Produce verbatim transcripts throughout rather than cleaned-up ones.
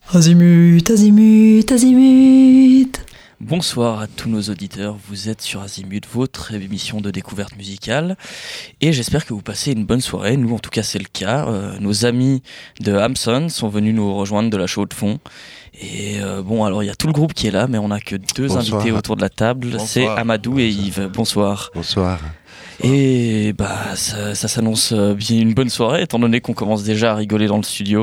Azimut, azimut, azimut. Bonsoir à tous nos auditeurs, vous êtes sur Azimut, votre émission de découverte musicale, et j'espère que vous passez une bonne soirée. Nous, en tout cas, c'est le cas. Euh, nos amis de Hamson sont venus nous rejoindre de la Chaux de Fonds. Et euh, bon, alors il y a tout le groupe qui est là, mais on n'a que deux Bonsoir. invités autour de la table. Bonsoir. C'est Amadou Bonsoir. et Yves. Bonsoir. Bonsoir. Et bah ça, ça s'annonce bien une bonne soirée, étant donné qu'on commence déjà à rigoler dans le studio.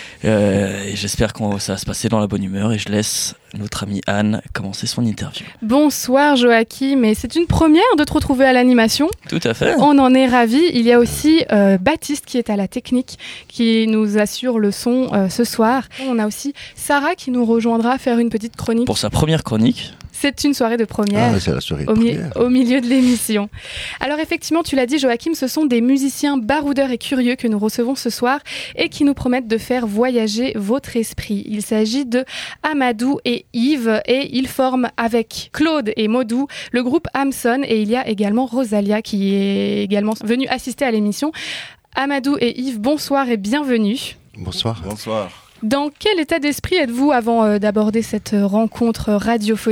Euh, et j'espère que ça va se passer dans la bonne humeur. Et je laisse notre amie Anne commencer son interview. Bonsoir Joachim, et c'est une première de te retrouver à l'animation. Tout à fait. On en est ravis. Il y a aussi euh, Baptiste qui est à la technique, qui nous assure le son euh, ce soir. On a aussi Sarah qui nous rejoindra faire une petite chronique. Pour sa première chronique. C'est une soirée de première, ah, c'est la soirée de au, mi- première. au milieu de l'émission. Alors effectivement, tu l'as dit Joachim, ce sont des musiciens baroudeurs et curieux que nous recevons ce soir et qui nous promettent de faire voyager votre esprit. Il s'agit de Amadou et Yves et ils forment avec Claude et Modou le groupe Hamson, et il y a également Rosalia qui est également venue assister à l'émission. Amadou et Yves, bonsoir et bienvenue. Bonsoir. Bonsoir. Dans quel état d'esprit êtes-vous avant euh, d'aborder cette rencontre radiophonique ?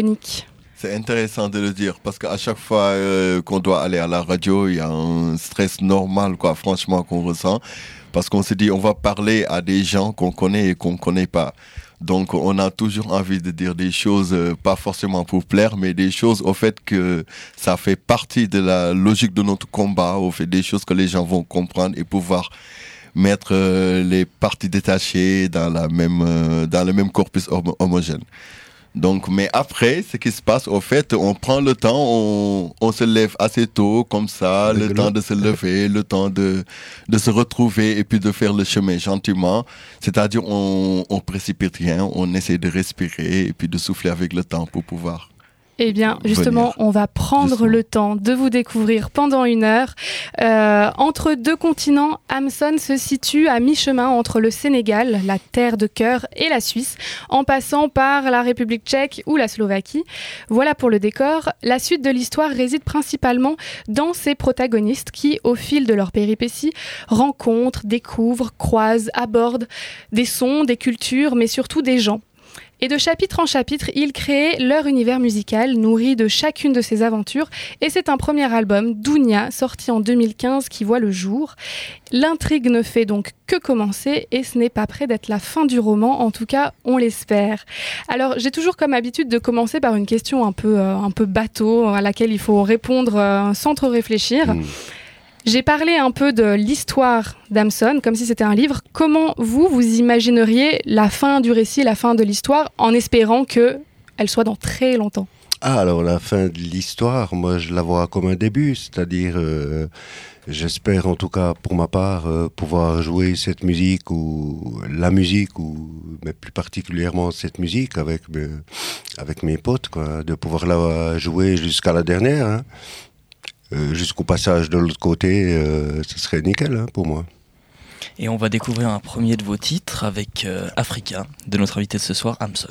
C'est intéressant de le dire parce qu'à chaque fois euh, qu'on doit aller à la radio, il y a un stress normal, quoi, franchement, qu'on ressent. Parce qu'on se dit, on va parler à des gens qu'on connaît et qu'on ne connaît pas. Donc, on a toujours envie de dire des choses, euh, pas forcément pour plaire, mais des choses au fait que ça fait partie de la logique de notre combat, au fait des choses que les gens vont comprendre et pouvoir mettre euh, les parties détachées dans la même euh, dans le même corpus hom- homogène. Donc, mais après, ce qui se passe, au fait, on prend le temps, on, on se lève assez tôt, comme ça, le, le temps de se lever, le temps de de se retrouver et puis de faire le chemin gentiment. C'est-à-dire, on on précipite rien, on essaie de respirer et puis de souffler avec le temps pour pouvoir. Eh bien, justement, venir. on va prendre justement. le temps de vous découvrir pendant une heure. Euh, entre deux continents, Hamson se situe à mi-chemin entre le Sénégal, la terre de cœur, et la Suisse, en passant par la République tchèque ou la Slovaquie. Voilà pour le décor. La suite de l'histoire réside principalement dans ses protagonistes qui, au fil de leurs péripéties, rencontrent, découvrent, croisent, abordent des sons, des cultures, mais surtout des gens. Et de chapitre en chapitre, ils créent leur univers musical, nourri de chacune de ces aventures. Et c'est un premier album, Dounia, sorti en deux mille quinze, qui voit le jour. L'intrigue ne fait donc que commencer et ce n'est pas près d'être la fin du roman, en tout cas, on l'espère. Alors, j'ai toujours comme habitude de commencer par une question un peu, euh, un peu bateau, à laquelle il faut répondre euh, sans trop réfléchir. Mmh. J'ai parlé un peu de l'histoire d'Hamson, comme si c'était un livre. Comment vous, vous imagineriez la fin du récit, la fin de l'histoire, en espérant qu'elle soit dans très longtemps ? Ah, alors la fin de l'histoire, moi je la vois comme un début, c'est-à-dire, euh, j'espère en tout cas pour ma part, euh, pouvoir jouer cette musique, ou la musique, ou mais plus particulièrement cette musique avec, mes, avec mes potes, quoi, de pouvoir la jouer jusqu'à la dernière, hein. Euh, jusqu'au passage de l'autre côté, euh, ce serait nickel hein, pour moi. Et on va découvrir un premier de vos titres avec euh, Africa, de notre invité de ce soir, Hamson.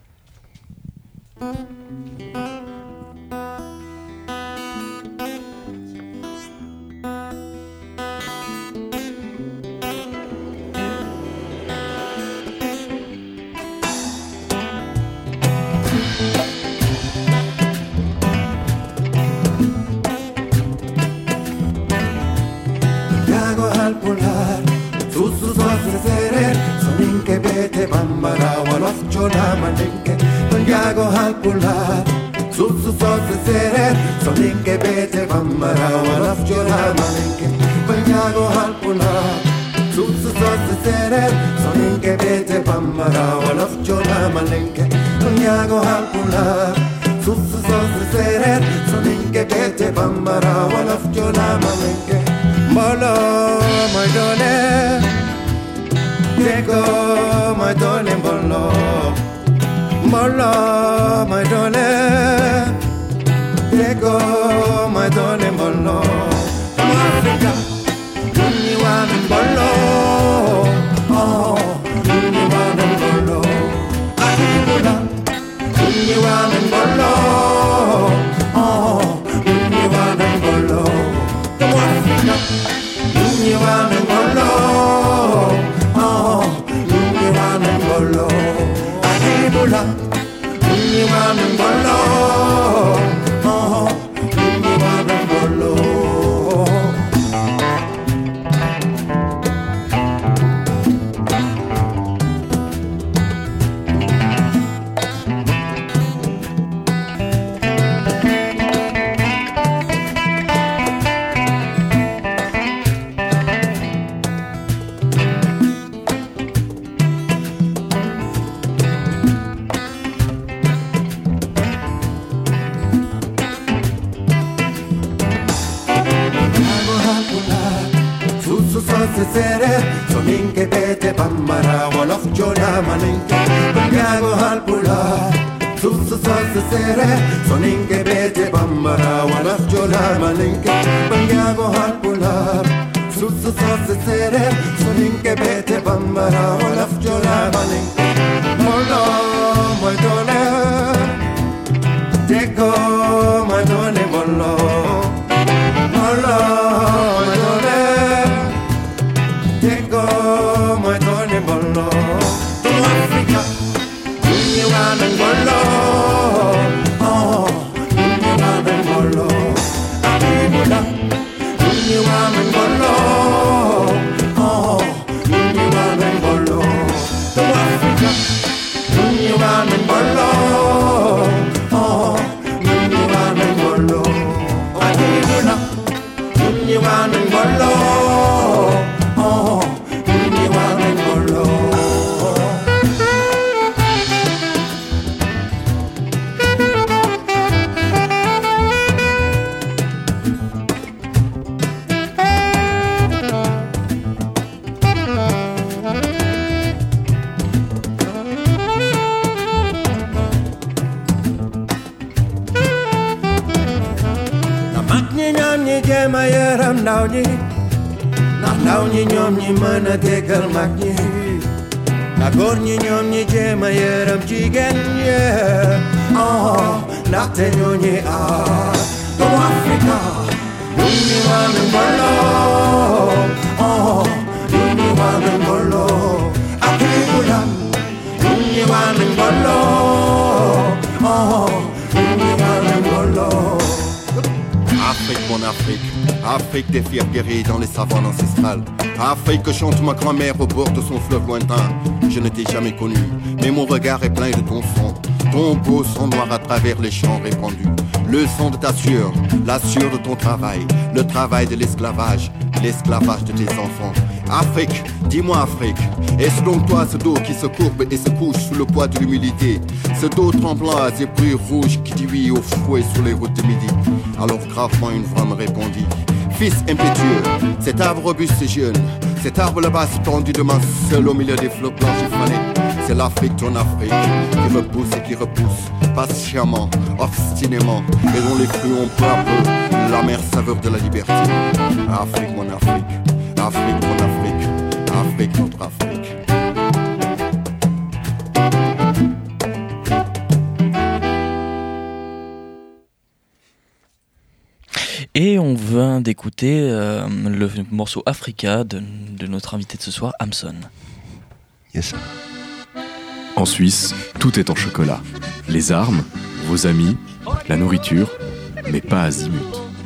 Bambara walof chola malinke Banyago halpula Susu sose sere Solinke bete bambara walof chola malinke Banyago halpula Susu sose sere Solinke bete bambara walof chola malinke Banyago halpula Susu sose sere Solinke bete bambara walof chola malinke Molo my dole Deko, my darling, bolo, bolo, my darling. Deko, my darling, bolo. From Africa, you want and bolo. Oh, you want and bolo. Africa, you want and bolo. Oh, you want and bolo. From Africa, you want and bolo. Oh, you want and bolo. 몰라 눈이와는 걸로 어, 눈이와는 걸로 soninke bete bambara wolof jola maninke banyago halpula susu sase sere soninke bete bambara wolof jola maninke banyago halpula susu sase sere soninke bete bambara wolof jola maninke molo moidole deko moidole molo molo Bollo, to Africa, Uniwan and Bollo, oh, Uniwan and Bollo, Africa, Uniwan and Bollo, oh, Uniwan and Bollo, to Africa, Uniwan and Bollo, oh, Uniwan and Bollo, Africa, Uniwan and Bollo, oh. Ma yaram ndaw ñi ndax ndaw ñi ñoom ñi mën a déggal mag ñi na góor ñi ñoom ñi jéem a yaram jigéen ñi oh ndaxte ñoo ñi ah doomu Afrika ñun ñi waa nañ mbooloo oh ñun ñi waa nañ mbooloo Afrika ñun ñi waa nañ mbooloo oh ñun ñi waa nañ mbooloo Afrique, mon Afrique, Afrique des fiers guerriers dans les savanes ancestrales. Afrique que chante ma grand-mère au bord de son fleuve lointain. Je ne t'ai jamais connu, mais mon regard est plein de ton son. Ton beau sang noir à travers les champs répandus. Le son de ta sueur, la sueur de ton travail. Le travail de l'esclavage, l'esclavage de tes enfants. Afrique, dis-moi Afrique, est-ce donc toi ce dos qui se courbe et se couche sous le poids de l'humilité? Ce dos tremblant à ses bruits rouges qui dit oui au fouet sur les routes de midi. Alors gravement une voix me répondit: fils impétueux, cet arbre robuste et jeune, cet arbre là-bas tendu de main seul au milieu des flots blancs et fanés. C'est l'Afrique, ton Afrique, qui repousse et qui repousse, patiemment, obstinément, et dont les fruits ont peu à peu l'amère saveur de la liberté. Afrique, mon Afrique, Afrique, mon Afrique, Afrique, notre Afrique. Et on vient d'écouter euh, le morceau Africa de, de notre invité de ce soir, Hamson. Yes. En Suisse, tout est en chocolat. Les armes, vos amis, la nourriture, mais pas Azimut.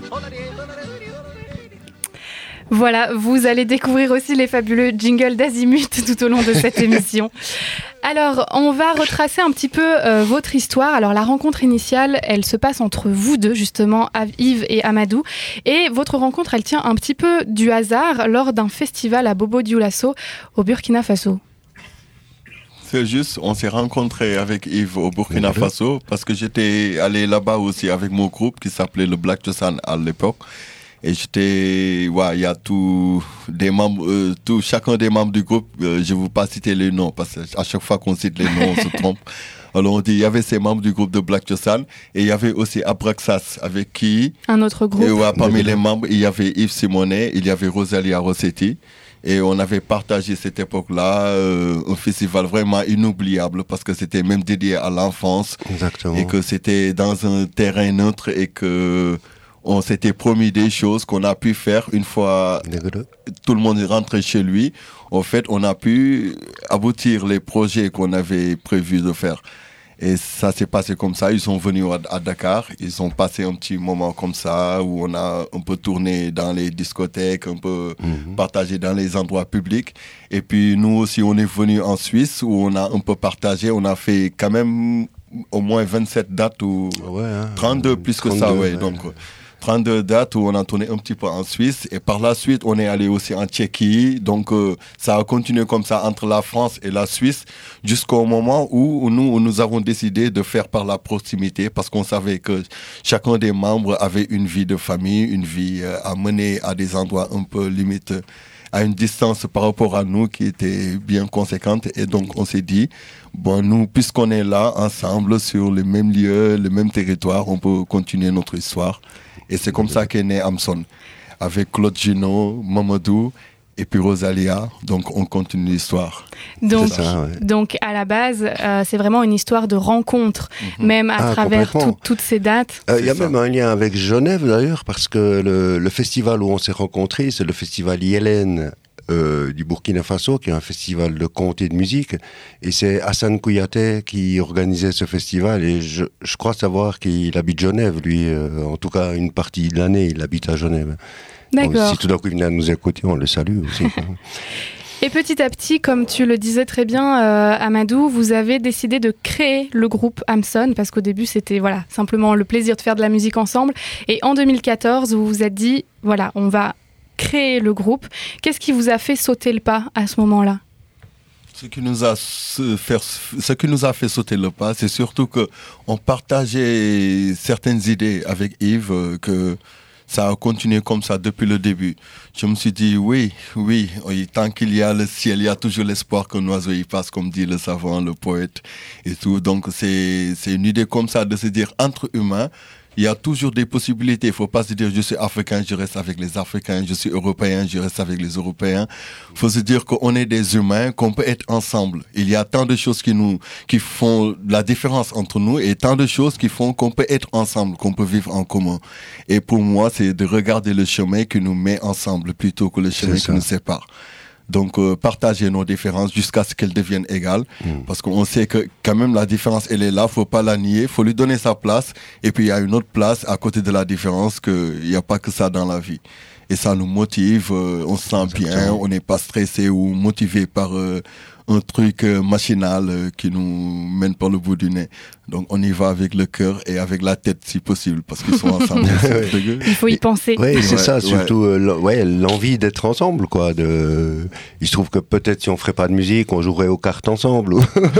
Voilà, vous allez découvrir aussi les fabuleux jingles d'Azimut tout au long de cette émission. Alors, on va retracer un petit peu euh, votre histoire. Alors, la rencontre initiale, elle se passe entre vous deux, justement, Yves et Amadou. Et votre rencontre, elle tient un petit peu du hasard lors d'un festival à Bobo Dioulasso, au Burkina Faso. C'est juste, on s'est rencontrés avec Yves au Burkina Faso parce que j'étais allé là-bas aussi avec mon groupe qui s'appelait le Black Josan à l'époque. Et j'étais, ouais, il y a tous des membres, euh, tout, chacun des membres du groupe, euh, je ne veux pas citer les noms parce qu'à chaque fois qu'on cite les noms, on se trompe. Alors on dit, il y avait ces membres du groupe de Black Josan et il y avait aussi Abraxas avec qui... Un autre groupe. Et ouais, parmi les membres, il y avait Yves Simonet, il y avait Rosalia Rossetti. Et on avait partagé cette époque-là, euh, un festival vraiment inoubliable parce que c'était même dédié à l'enfance. Exactement. Et que c'était dans un terrain neutre et que on s'était promis des choses qu'on a pu faire une fois tout le monde est rentré chez lui. En fait, on a pu aboutir les projets qu'on avait prévu de faire. Et ça s'est passé comme ça. Ils sont venus à, à Dakar. Ils ont passé un petit moment comme ça où on a un peu tourné dans les discothèques, un peu mmh. partagé dans les endroits publics. Et puis nous aussi, on est venus en Suisse où on a un peu partagé. On a fait quand même au moins vingt-sept dates ou ouais, hein, trente-deux plus que ça. Ouais, ouais. Donc, trente-deux dates où on a tourné un petit peu en Suisse et par la suite on est allé aussi en Tchéquie, donc euh, ça a continué comme ça entre la France et la Suisse jusqu'au moment où nous, nous avons décidé de faire par la proximité parce qu'on savait que chacun des membres avait une vie de famille, une vie euh, à mener à des endroits un peu limite à une distance par rapport à nous qui était bien conséquente et donc on s'est dit bon nous puisqu'on est là ensemble sur les mêmes lieux, le même territoire, on peut continuer notre histoire. Et c'est comme ça qu'est né Amson, avec Claude Gino, Mamadou et puis Rosalia. Donc on continue l'histoire. Donc, ça, ouais. donc à la base, euh, c'est vraiment une histoire de rencontre, mm-hmm. même à ah, travers tout, toutes ces dates. Il euh, y a ça. Même un lien avec Genève d'ailleurs, parce que le, le festival où on s'est rencontrés, c'est le festival Yélène. Euh, du Burkina Faso, qui est un festival de contes et de musique, et c'est Hassan Kouyaté qui organisait ce festival, et je, je crois savoir qu'il habite Genève, lui, euh, en tout cas une partie de l'année, il habite à Genève. D'accord. Donc, si tout d'un coup il venait à nous écouter, on le salue aussi. Et petit à petit, comme tu le disais très bien, euh, Amadou, vous avez décidé de créer le groupe Amson, parce qu'au début, c'était voilà, simplement le plaisir de faire de la musique ensemble, et en deux mille quatorze, vous vous êtes dit, voilà, on va créer le groupe. Qu'est-ce qui vous a fait sauter le pas à ce moment-là ? Ce qui nous a fait, ce qui nous a fait sauter le pas, c'est surtout qu'on partageait certaines idées avec Yves, que ça a continué comme ça depuis le début. Je me suis dit, oui, oui, oui, tant qu'il y a le ciel, il y a toujours l'espoir qu'un oiseau y passe, comme dit le savant, le poète et tout. Donc c'est, c'est une idée comme ça de se dire, entre humains, il y a toujours des possibilités. Il ne faut pas se dire je suis africain, je reste avec les Africains, je suis européen, je reste avec les Européens. Il faut se dire qu'on est des humains, qu'on peut être ensemble. Il y a tant de choses qui nous, qui font la différence entre nous et tant de choses qui font qu'on peut être ensemble, qu'on peut vivre en commun. Et pour moi, c'est de regarder le chemin qui nous met ensemble plutôt que le chemin qui nous sépare. Donc, euh, partager nos différences jusqu'à ce qu'elles deviennent égales. Mmh. Parce qu'on sait que quand même la différence, elle est là, il ne faut pas la nier, il faut lui donner sa place. Et puis, il y a une autre place à côté de la différence, qu'il n'y a pas que ça dans la vie. Et ça nous motive, euh, on se sent Exactement. Bien, on n'est pas stressé ou motivé par euh, un truc euh, machinal euh, qui nous mène par le bout du nez. Donc on y va avec le cœur et avec la tête si possible, parce qu'ils sont ensemble. Il faut y penser. Oui, c'est ouais, ça, ouais. surtout euh, ouais, l'envie d'être ensemble, quoi. De... Il se trouve que peut-être si on ferait pas de musique, on jouerait aux cartes ensemble, ou,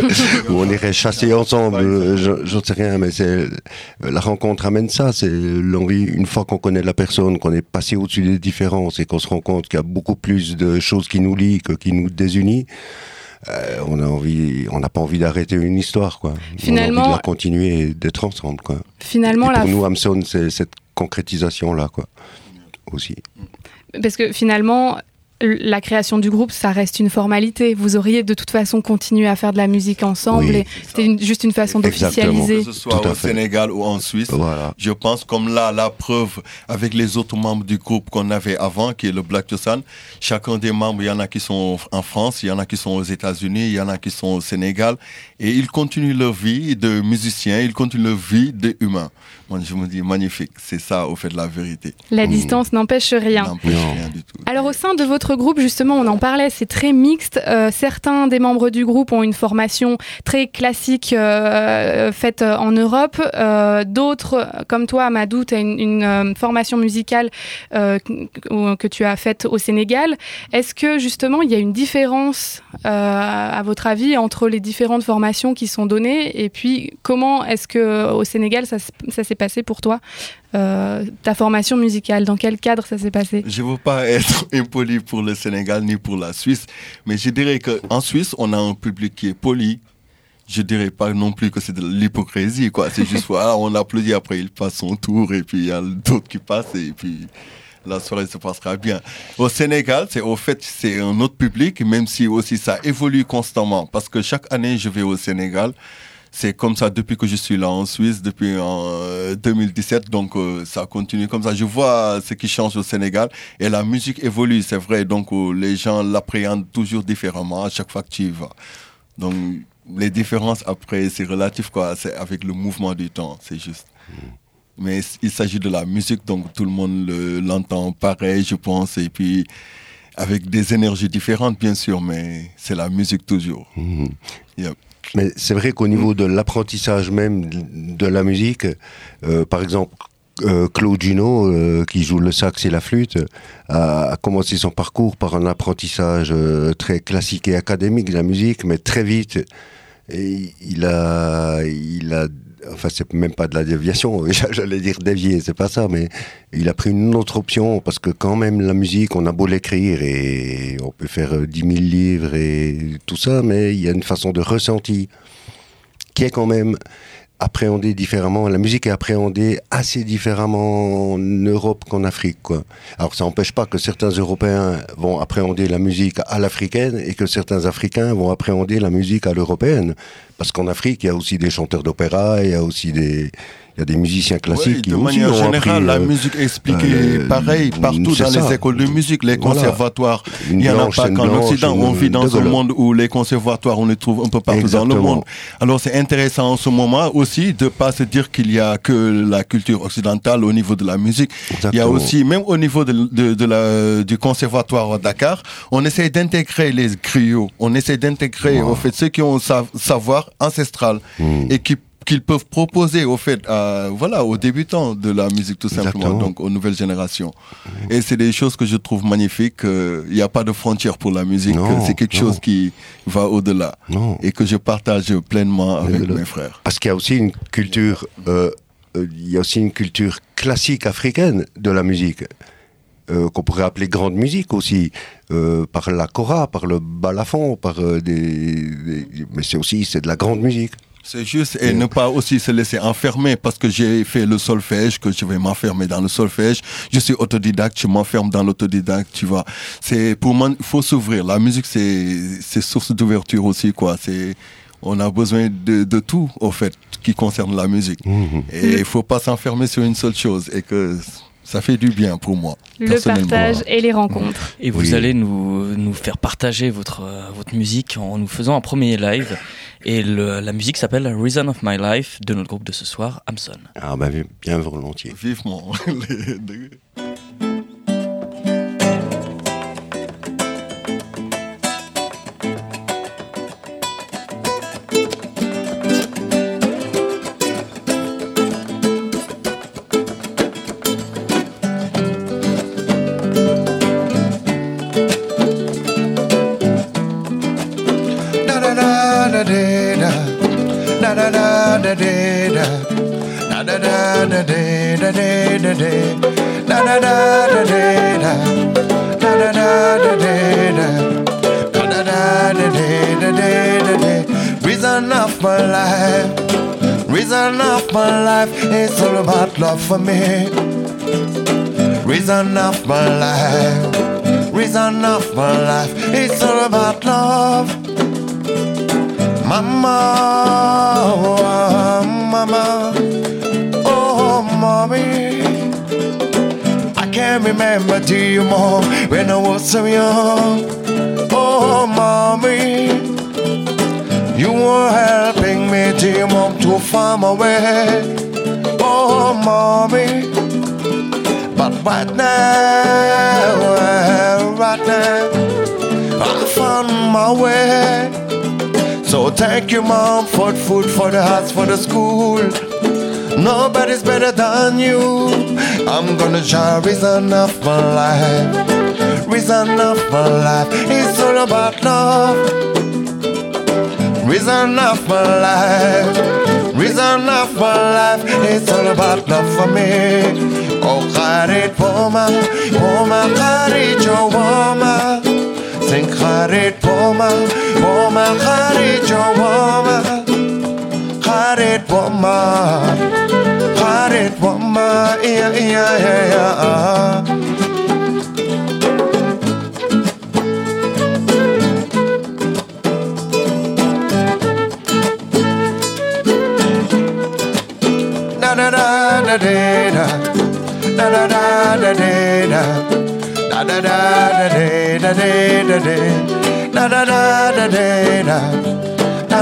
ou on irait chasser ensemble, euh, j'en sais rien, mais c'est la rencontre amène ça, c'est l'envie, une fois qu'on connaît la personne, qu'on est passé au-dessus des différences et qu'on se rend compte qu'il y a beaucoup plus de choses qui nous lient que qui nous désunissent. Euh, on a envie, on n'a pas envie d'arrêter une histoire, quoi. Finalement, on a envie de la continuer et d'être ensemble, quoi. Finalement, et pour la... nous, Amson, c'est cette concrétisation-là, quoi, aussi. Parce que finalement, la création du groupe, ça reste une formalité. Vous auriez de toute façon continué à faire de la musique ensemble, oui, et c'était une, juste une façon d'officialiser. Que ce soit au Sénégal ou en Suisse, voilà. Je pense comme là, la preuve avec les autres membres du groupe qu'on avait avant, qui est le Black Tosan, chacun des membres, il y en a qui sont en France, il y en a qui sont aux États-Unis, il y en a qui sont au Sénégal, et ils continuent leur vie de musiciens, ils continuent leur vie d'humains. Moi, je me dis magnifique, c'est ça au fait de la vérité. La mmh. distance n'empêche rien. N'empêche rien du tout. Alors au sein de votre groupe, justement, on en parlait, c'est très mixte. Euh, certains des membres du groupe ont une formation très classique euh, faite en Europe. Euh, d'autres, comme toi, Amadou, tu as une, une euh, formation musicale euh, que, que tu as faite au Sénégal. Est-ce que justement, il y a une différence, euh, à votre avis, entre les différentes formations qui sont données? Et puis, comment est-ce que au Sénégal, ça, ça s'est passé pour toi? Euh, ta formation musicale, dans quel cadre ça s'est passé? Je ne veux pas être impoli pour le Sénégal ni pour la Suisse, mais je dirais qu'en Suisse, on a un public qui est poli. Je ne dirais pas non plus que c'est de l'hypocrisie, quoi. C'est juste, voilà, on applaudit, après il passe son tour, et puis il y a d'autres qui passent, et puis la soirée se passera bien. Au Sénégal, c'est, au fait, c'est un autre public, même si aussi ça évolue constamment, parce que chaque année, je vais au Sénégal. C'est comme ça depuis que je suis là en Suisse, depuis en deux mille dix-sept, donc euh, ça continue comme ça. Je vois ce qui change au Sénégal et la musique évolue, c'est vrai, donc euh, les gens l'appréhendent toujours différemment à chaque fois que tu y vas. Donc les différences après, c'est relatif, quoi. C'est avec le mouvement du temps, c'est juste. Mm. Mais il s'agit de la musique, donc tout le monde le, l'entend pareil, je pense, et puis avec des énergies différentes, bien sûr, mais c'est la musique toujours. Mm. Yep. Mais c'est vrai qu'au niveau de l'apprentissage même de la musique, euh, par exemple, euh, Claude Junot, euh, qui joue le sax et la flûte, a, a commencé son parcours par un apprentissage euh, très classique et académique de la musique, mais très vite, et il a, il a, enfin c'est même pas de la déviation, j'allais dire dévier, c'est pas ça, mais il a pris une autre option, parce que quand même la musique, on a beau l'écrire et on peut faire dix mille livres et tout ça, mais il y a une façon de ressenti qui est quand même appréhendée différemment. La musique est appréhendée assez différemment en Europe qu'en Afrique, quoi. Alors ça n'empêche pas que certains Européens vont appréhender la musique à l'africaine et que certains Africains vont appréhender la musique à l'européenne. Parce qu'en Afrique, il y a aussi des chanteurs d'opéra, il y a aussi des... Il y a des musiciens classiques oui, qui de aussi manière ont générale, appris, la euh, musique est expliquée euh, pareil partout dans ça. Les écoles de musique, les voilà. conservatoires. Une il n'y en a blanche, pas qu'en blanche, Occident. On vit dans un monde où les conservatoires, on les trouve un peu partout Exactement. dans le monde. Alors c'est intéressant en ce moment aussi de ne pas se dire qu'il y a que la culture occidentale au niveau de la musique. Exactement. Il y a aussi, même au niveau de, de, de la, du conservatoire à Dakar, on essaie d'intégrer les griots. On essaie d'intégrer wow. au fait ceux qui ont un savoir ancestral mmh. et qui qu'ils peuvent proposer au fait à, voilà, aux débutants de la musique tout simplement. Exactement. Donc aux nouvelles générations. Mmh. Et c'est des choses que je trouve magnifiques. Il euh, n'y a pas de frontières pour la musique. Non, c'est quelque non. chose qui va au-delà non. et que je partage pleinement avec le, mes frères. Parce qu'il y a aussi une culture, euh, euh, il y a aussi une culture classique africaine de la musique. Euh, qu'on pourrait appeler grande musique aussi, euh, par la kora, par le balafon, par euh, des, des... Mais c'est aussi, c'est de la grande musique. C'est juste, et ne pas aussi se laisser enfermer, parce que j'ai fait le solfège, que je vais m'enfermer dans le solfège. Je suis autodidacte, je m'enferme dans l'autodidacte, tu vois. C'est, pour moi, il faut s'ouvrir. La musique, c'est, c'est source d'ouverture aussi, quoi. C'est, on a besoin de, de tout, au fait, qui concerne la musique. Mmh. Et il faut pas s'enfermer sur une seule chose, et que ça fait du bien pour moi. Le partage et les rencontres. Et vous oui. allez nous, nous faire partager votre, votre musique en nous faisant un premier live. Et le, la musique s'appelle Reason of My Life de notre groupe de ce soir, Hamson. Ah bah bien volontiers. Vivement. les deux. Reason of my life, reason of my life, it's all about love for me. Reason of my life, reason of my life, it's all about love. Mama, oh, mama, oh mommy, I can't remember to you more when I was so young. Oh mommy, you were helping me till your mom too far away. Oh mommy, but right now, well, right now, I found my way. So thank you, Mom, for the food, for the house, for the school. Nobody's better than you. I'm gonna try reason of my life. Reason of my life. It's all about love. Reason of my life. Reason of my life. It's all about love for me. Oh, Kharit Poma, Poma Kharit Jawama. Sing Kharit Poma, Poma Kharit Jawama. Kharit Poma, Kharit Poma, yeah, yeah, yeah, yeah. Da da da da da da da da da da. Da da da da da da da da da da da da da da da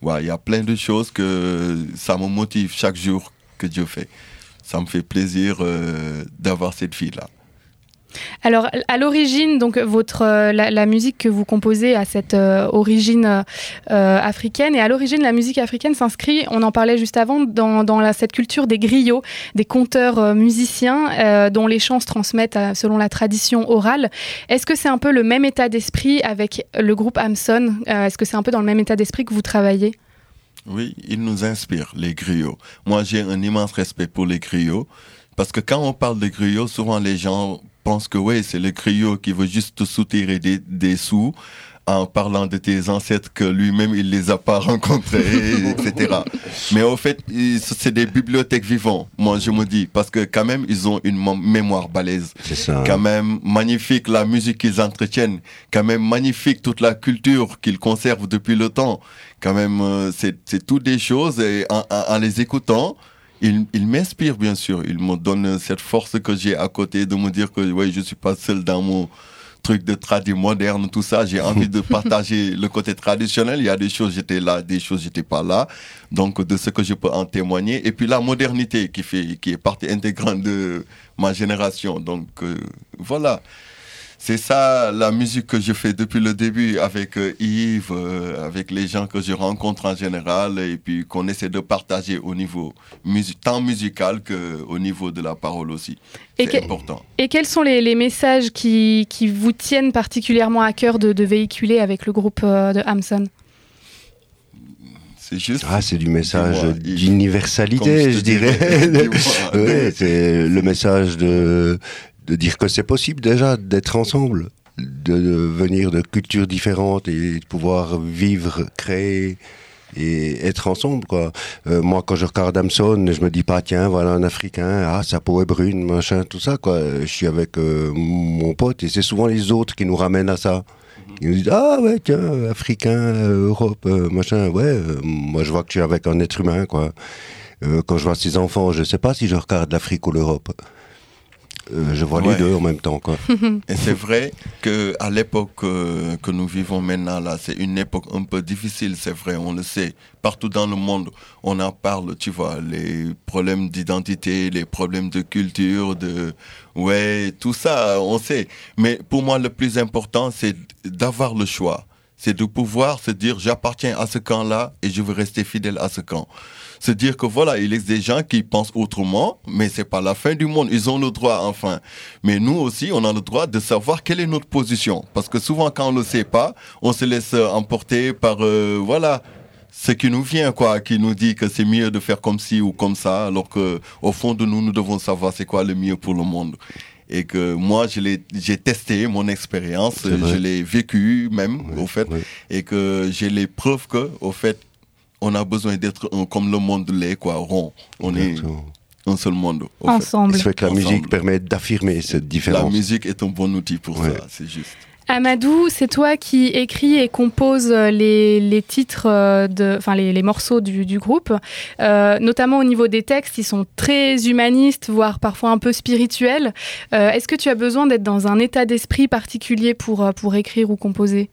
Ouais, il y a plein de choses que ça me motive chaque jour que Dieu fait. Ça me fait plaisir euh, d'avoir cette fille-là. Alors, à l'origine, donc votre euh, la, la musique que vous composez a cette euh, origine euh, africaine, et à l'origine, la musique africaine s'inscrit, on en parlait juste avant, dans, dans la, cette culture des griots, des conteurs euh, musiciens euh, dont les chants se transmettent à, selon la tradition orale. Est-ce que c'est un peu le même état d'esprit avec le groupe Hamson? euh, Est-ce que c'est un peu dans le même état d'esprit que vous travaillez? Oui, ils nous inspirent, les griots. Moi, j'ai un immense respect pour les griots, parce que quand on parle de griots, souvent les gens pense que oui, c'est le griot qui veut juste te soutirer des, des sous en parlant de tes ancêtres que lui-même il les a pas rencontrés, et cetera. Mais au fait, c'est des bibliothèques vivantes, moi je me dis, parce que quand même ils ont une mémoire balèze. C'est ça. Quand même magnifique la musique qu'ils entretiennent, quand même magnifique toute la culture qu'ils conservent depuis le temps. Quand même, euh, c'est, c'est toutes des choses, et en, en, en les écoutant, Il, il m'inspire, bien sûr. Il me donne cette force que j'ai à côté de me dire que ouais, je ne suis pas seul dans mon truc de tradi moderne, tout ça. J'ai envie de partager le côté traditionnel. Il y a des choses, j'étais là, des choses, j'étais pas là. Donc, de ce que je peux en témoigner. Et puis, la modernité qui, fait, qui est partie intégrante de ma génération. Donc, euh, voilà. C'est ça la musique que je fais depuis le début avec euh, Yves, euh, avec les gens que je rencontre en général, et puis qu'on essaie de partager au niveau musi- tant musical qu'au niveau de la parole aussi. Et c'est que- important. Et quels sont les, les messages qui, qui vous tiennent particulièrement à cœur de, de véhiculer avec le groupe euh, de Hamson? C'est juste. Ah, c'est du message Dis-moi, Yves. d'universalité, Comme je te dirais. disais, dis-moi. Ouais, c'est le message de, de dire que c'est possible déjà d'être ensemble, de, de venir de cultures différentes et de pouvoir vivre, créer et être ensemble, quoi. Euh, moi, quand je regarde Hamson, je me dis pas, tiens, voilà un Africain, ah, sa peau est brune, machin, tout ça, quoi. Je suis avec euh, mon pote et c'est souvent les autres qui nous ramènent à ça. Ils nous disent, ah ouais, tiens, Africain, euh, Europe, euh, machin, ouais, euh, moi je vois que tu es avec un être humain, quoi. Euh, quand je vois ces enfants, je sais pas si je regarde l'Afrique ou l'Europe. Euh, je vois Ouais. les deux en même temps, quoi. Et c'est vrai qu'à l'époque euh, que nous vivons maintenant, là, c'est une époque un peu difficile, c'est vrai, on le sait. Partout dans le monde, on en parle, tu vois, les problèmes d'identité, les problèmes de culture, de... Ouais, tout ça, on sait. Mais pour moi, le plus important, c'est d'avoir le choix. C'est de pouvoir se dire, j'appartiens à ce camp-là et je veux rester fidèle à ce camp. Se dire que voilà, il existe des gens qui pensent autrement, mais c'est pas la fin du monde. Ils ont le droit, enfin. Mais nous aussi, on a le droit de savoir quelle est notre position. Parce que souvent, quand on le sait pas, on se laisse emporter par, euh, voilà, ce qui nous vient, quoi, qui nous dit que c'est mieux de faire comme ci ou comme ça, alors que, au fond de nous, nous devons savoir c'est quoi le mieux pour le monde. Et que moi, je l'ai, j'ai testé mon expérience, C'est vrai. je l'ai vécu même, Ouais, au fait, ouais. et que j'ai les preuves que, au fait, on a besoin d'être un, comme le monde l'est, quoi, rond. On Exactement. est un seul monde. Au fait. Ensemble. Ça fait que la Ensemble. musique permet d'affirmer cette La différence. musique est un bon outil pour Ouais. ça, c'est juste. Amadou, c'est toi qui écris et compose les, les titres, euh, de, enfin les, les morceaux du, du groupe, euh, notamment au niveau des textes, ils sont très humanistes, voire parfois un peu spirituels. Euh, est-ce que tu as besoin d'être dans un état d'esprit particulier pour, euh, pour écrire ou composer?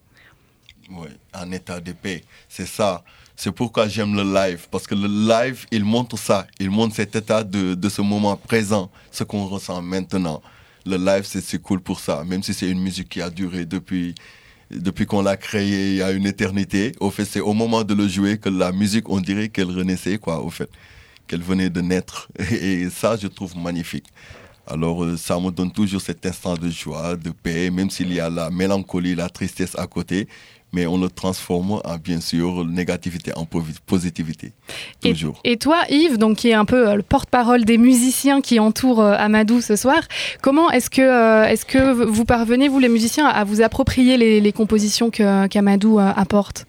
Oui, en état de paix, c'est ça. C'est pourquoi j'aime le live, parce que le live, il montre ça, il montre cet état de, de ce moment présent, ce qu'on ressent maintenant. Le live, c'est, c'est cool pour ça, même si c'est une musique qui a duré depuis, depuis qu'on l'a créée il y a une éternité. Au fait, c'est au moment de le jouer que la musique, on dirait qu'elle renaissait, quoi, au fait, qu'elle venait de naître. Et ça, je trouve magnifique. Alors, euh, ça me donne toujours cet instant de joie, de paix, même s'il y a la mélancolie, la tristesse à côté. Mais on le transforme en, bien sûr, négativité en povi- positivité. Et, Toujours. et toi, Yves, donc, qui est un peu euh, le porte-parole des musiciens qui entourent euh, Amadou ce soir, comment est-ce que, euh, est-ce que vous parvenez, vous les musiciens, à vous approprier les, les compositions que, qu'Amadou euh, apporte?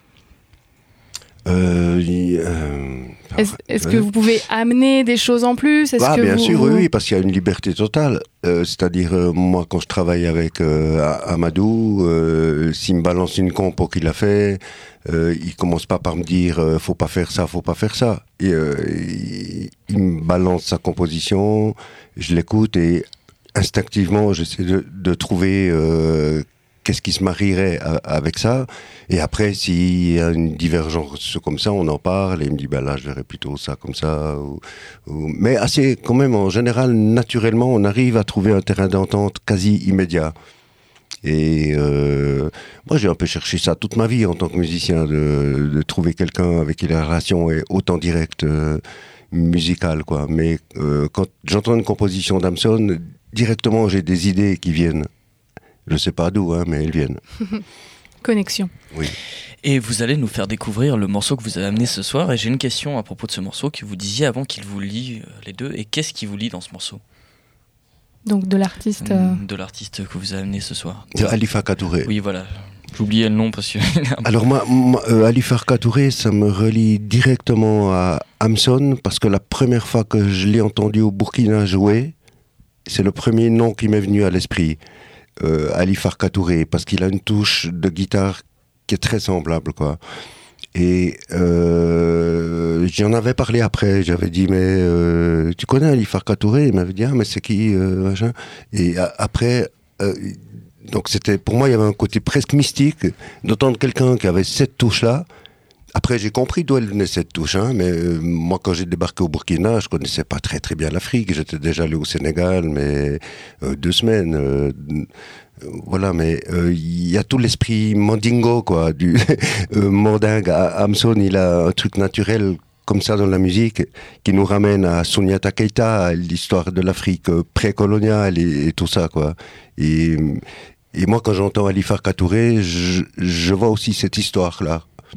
Euh, il- euh, Est-ce, est-ce ouais. que vous pouvez amener des choses en plus? Est-ce Ah, que bien vous, sûr, vous- oui, oui, parce qu'il y a une liberté totale. Euh, c'est-à-dire, euh, moi, quand je travaille avec euh, Amadou, euh, s'il me balance une compo qu'il a fait, euh, il commence pas par me dire euh, faut pas faire ça, faut pas faire ça. Et, euh, il, il me balance sa composition, je l'écoute et instinctivement, j'essaie de, de trouver euh, qu'est-ce qui se marierait à, avec ça. Et après, s'il y a une divergence comme ça, on en parle et il me dit, ben là, je verrais plutôt ça comme ça. Ou, ou... Mais assez, quand même, en général, naturellement, on arrive à trouver un terrain d'entente quasi immédiat. Et euh, moi, j'ai un peu cherché ça toute ma vie en tant que musicien, de, de trouver quelqu'un avec qui la relation est autant directe, euh, musicale, quoi. Mais euh, quand j'entends une composition d'Hampson, directement, j'ai des idées qui viennent. Je ne sais pas d'où, hein, mais elles viennent. Connexion. Oui. Et vous allez nous faire découvrir le morceau que vous avez amené ce soir. Et j'ai une question à propos de ce morceau que vous disiez avant qu'il vous lie euh, les deux. Et qu'est-ce qui vous lie dans ce morceau ? Donc de l'artiste... Euh... De l'artiste que vous avez amené ce soir. De Ali Farka Touré. Oui, voilà. J'oubliais le nom parce que... Alors moi, moi euh, Ali Farka Touré, ça me relie directement à Hampson, parce que la première fois que je l'ai entendu au Burkina jouer, c'est le premier nom qui m'est venu à l'esprit. Euh, Ali Farka Touré, parce qu'il a une touche de guitare qui est très semblable, quoi. Et euh, j'en avais parlé après, j'avais dit, mais euh, tu connais Ali Farka Touré ? Il m'avait dit, ah, mais c'est qui euh, machin. Et a, après, euh, donc c'était, pour moi, il y avait un côté presque mystique d'entendre quelqu'un qui avait cette touche-là. Après, j'ai compris d'où elle venait cette touche, hein, mais euh, moi, quand j'ai débarqué au Burkina, je connaissais pas très très bien l'Afrique. J'étais déjà allé au Sénégal, mais euh, deux semaines. Euh, euh, voilà, mais il euh, y a tout l'esprit mandingo, quoi, du euh, mandingue. Hampson, il a un truc naturel comme ça dans la musique qui nous ramène à Souniata Keita, à l'histoire de l'Afrique précoloniale et, et tout ça, quoi. Et, et moi, quand j'entends Ali Farka Touré, je, je vois aussi cette histoire-là.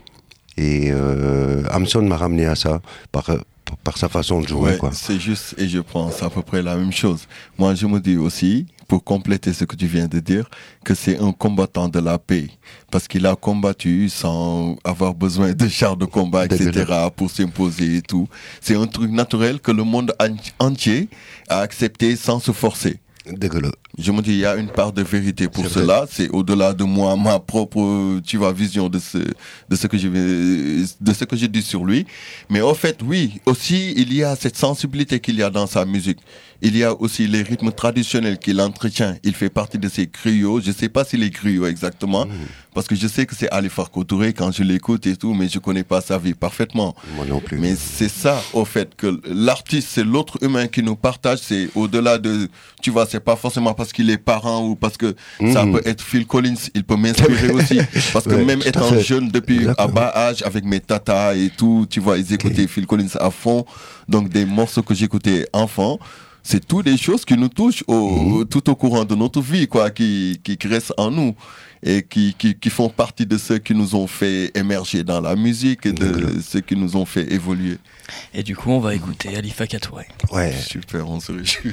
Et euh, Hampson m'a ramené à ça par, par sa façon de jouer. Ouais, quoi. C'est juste, et je pense à peu près la même chose. Moi, je me dis aussi, pour compléter ce que tu viens de dire, que c'est un combattant de la paix. Parce qu'il a combattu sans avoir besoin de chars de combat, et cetera, pour s'imposer et tout. C'est un truc naturel que le monde entier a accepté sans se forcer. Dégueulasse. Je me dis, il y a une part de vérité pour c'est cela. Vrai. C'est au-delà de moi, ma propre, tu vois, vision de ce, de ce que je vais, de ce que je dis sur lui. Mais au fait, oui, aussi, il y a cette sensibilité qu'il y a dans sa musique. Il y a aussi les rythmes traditionnels qu'il entretient. Il fait partie de ces griots. Je ne sais pas si les griots exactement, mmh. parce que je sais que c'est Ali Farka Touré quand je l'écoute et tout, mais je ne connais pas sa vie parfaitement. Moi non plus. Mais c'est ça, au fait, que l'artiste, c'est l'autre humain qui nous partage. C'est au-delà de, tu vois, c'est pas forcément parce qu'il est parent ou parce que mmh. ça peut être Phil Collins. Il peut m'inspirer aussi. Parce que ouais, même étant jeune, depuis Exactement. à bas âge, avec mes tatas et tout, tu vois, ils écoutaient okay. Phil Collins à fond. Donc des morceaux que j'écoutais enfant. C'est toutes des choses qui nous touchent au, mmh. tout au courant de notre vie, quoi, qui, qui, qui restent en nous et qui, qui, qui font partie de ceux qui nous ont fait émerger dans la musique et de mmh. ceux qui nous ont fait évoluer. Et du coup, on va écouter Ali Farka Touré. Ouais. Super, on se réjouit.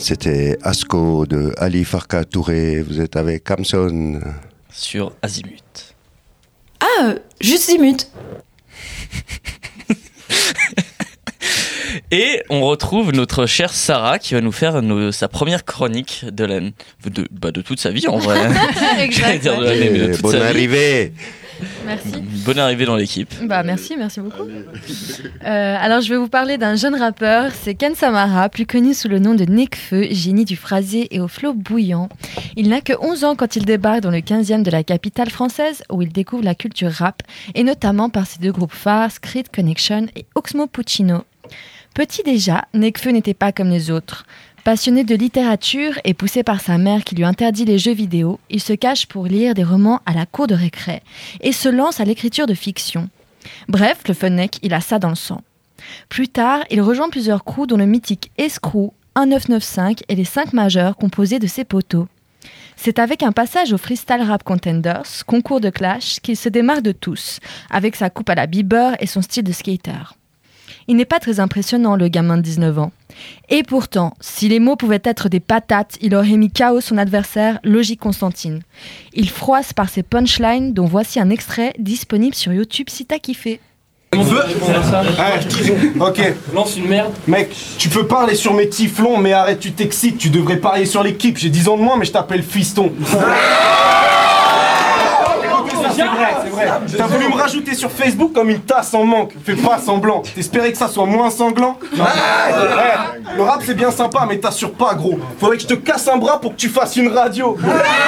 C'était Asco de Ali Farka Touré. Vous êtes avec Hamson. Sur Azimut. Ah, juste Azimut. Et on retrouve notre chère Sarah qui va nous faire nos, sa première chronique de, la, de, bah de toute sa vie en vrai. Exact. Dire de l'année, mais de toute Bonne sa arrivée. Merci. Bonne arrivée dans l'équipe. Bah merci, merci beaucoup. Euh, alors je vais vous parler d'un jeune rappeur, c'est Ken Samara, plus connu sous le nom de Nekfeu, génie du phrasé et au flow bouillant. Il n'a que onze ans quand il débarque dans le quinzième de la capitale française où il découvre la culture rap et notamment par ses deux groupes phares, Street Connection et Oxmo Puccino. Petit déjà, Nekfeu n'était pas comme les autres. Passionné de littérature et poussé par sa mère qui lui interdit les jeux vidéo, il se cache pour lire des romans à la cour de récré et se lance à l'écriture de fiction. Bref, le funneck, il a ça dans le sang. Plus tard, il rejoint plusieurs crews dont le mythique Escrew, dix-neuf neuf cinq et les cinq majeurs composés de ses poteaux. C'est avec un passage au Freestyle Rap Contenders, concours de clash, qu'il se démarque de tous, avec sa coupe à la Bieber et son style de skater. Il n'est pas très impressionnant, le gamin de dix-neuf ans. Et pourtant, si les mots pouvaient être des patates, il aurait mis K O son adversaire, Logique Constantine. Il froisse par ses punchlines, dont voici un extrait disponible sur YouTube si t'as kiffé. On veut Ok. Lance une merde. Mec, tu peux parler sur mes typhlons, mais arrête, tu t'excites, tu devrais parier sur l'équipe. J'ai dix ans de moins, mais je t'appelle fiston. C'est vrai, c'est vrai. T'as voulu me rajouter sur Facebook comme une tasse en manque. Fais pas semblant. T'espérais que ça soit moins sanglant? Non. Ouais, le rap c'est bien sympa, mais t'assures pas, gros. Faudrait que je te casse un bras pour que tu fasses une radio.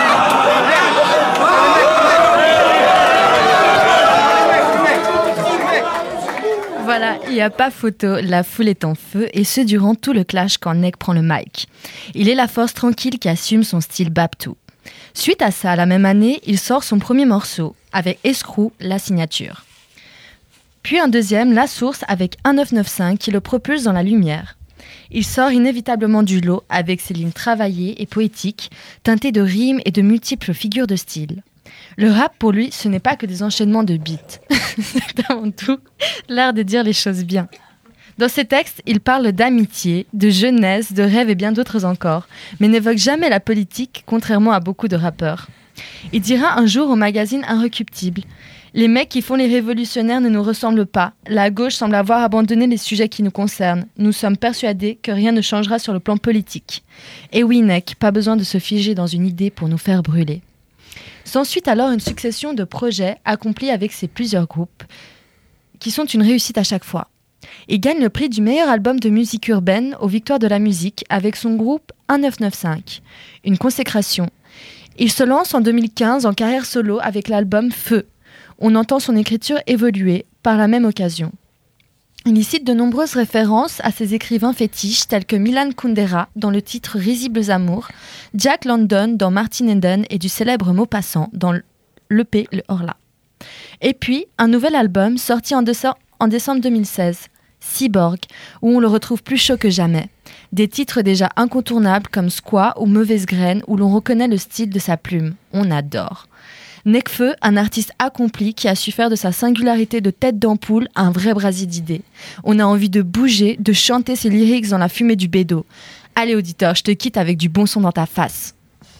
Voilà, il n'y a pas photo, la foule est en feu, et ce durant tout le clash quand Nek prend le mic. Il est la force tranquille qui assume son style Babtou. Suite à ça, la même année, il sort son premier morceau, avec Escrew, La Signature. Puis un deuxième, La Source, avec dix-neuf neuf cinq, qui le propulse dans la lumière. Il sort inévitablement du lot, avec ses lignes travaillées et poétiques, teintées de rimes et de multiples figures de style. Le rap, pour lui, ce n'est pas que des enchaînements de beats. C'est avant tout l'art de dire les choses bien. Dans ses textes, il parle d'amitié, de jeunesse, de rêve et bien d'autres encore, mais n'évoque jamais la politique, contrairement à beaucoup de rappeurs. Il dira un jour au magazine Inrecuptible : « Les mecs qui font les révolutionnaires ne nous ressemblent pas. La gauche semble avoir abandonné les sujets qui nous concernent. Nous sommes persuadés que rien ne changera sur le plan politique. Et oui, Nek, pas besoin de se figer dans une idée pour nous faire brûler. » S'ensuit alors une succession de projets accomplis avec ces plusieurs groupes, qui sont une réussite à chaque fois. Il gagne le prix du meilleur album de musique urbaine aux Victoires de la musique avec son groupe dix-neuf neuf cinq. Une consécration. Il se lance en deux mille quinze en carrière solo avec l'album Feu. On entend son écriture évoluer par la même occasion. Il y cite de nombreuses références à ses écrivains fétiches tels que Milan Kundera dans le titre Risibles Amours, Jack London dans Martin Eden et du célèbre Maupassant dans l'E P Le Horla. Et puis, un nouvel album sorti en, déce- en décembre deux mille seize, Cyborg, où on le retrouve plus chaud que jamais. Des titres déjà incontournables comme Squat ou Mauvaise Graine où l'on reconnaît le style de sa plume. On adore. Nekfeu, un artiste accompli qui a su faire de sa singularité de tête d'ampoule un vrai brasier d'idées. On a envie de bouger, de chanter ses lyrics dans la fumée du bédo. Allez auditeur, je te quitte avec du bon son dans ta face.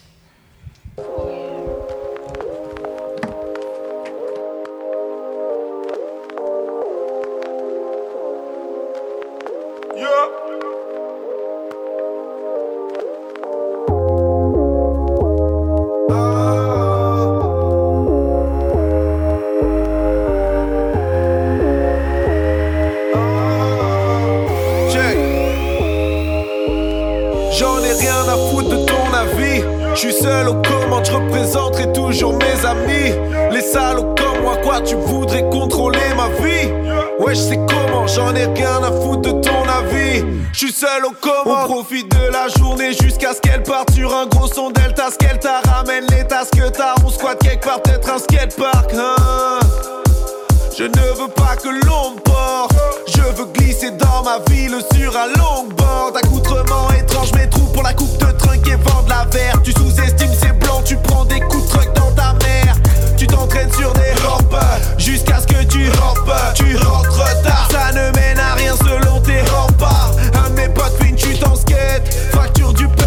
Je suis seul aux commandes, je représenterai toujours mes amis. Les salauds comme moi, quoi, tu voudrais contrôler ma vie? Ouais, je sais comment, j'en ai rien à foutre de ton avis. Je suis seul aux commandes, on profite de la journée jusqu'à ce qu'elle parte sur un gros son delta. Ce qu'elle t'a ramène les tasses que t'as, on squatte quelque part, peut-être un skatepark, hein. Je ne veux pas que l'on me porte, je veux glisser dans ma ville sur un longboard. Accoutrement étrange, mes trous pour la coupe de trunk et vendre la verre. Tu sous-estimes ces blancs, tu prends des coups de truck dans ta mère. Tu t'entraînes sur des rampes jusqu'à ce que tu rampes. Tu rentres tard, ça ne mène à rien selon tes remparts. Un de mes potes fait une chute en skate, fracture du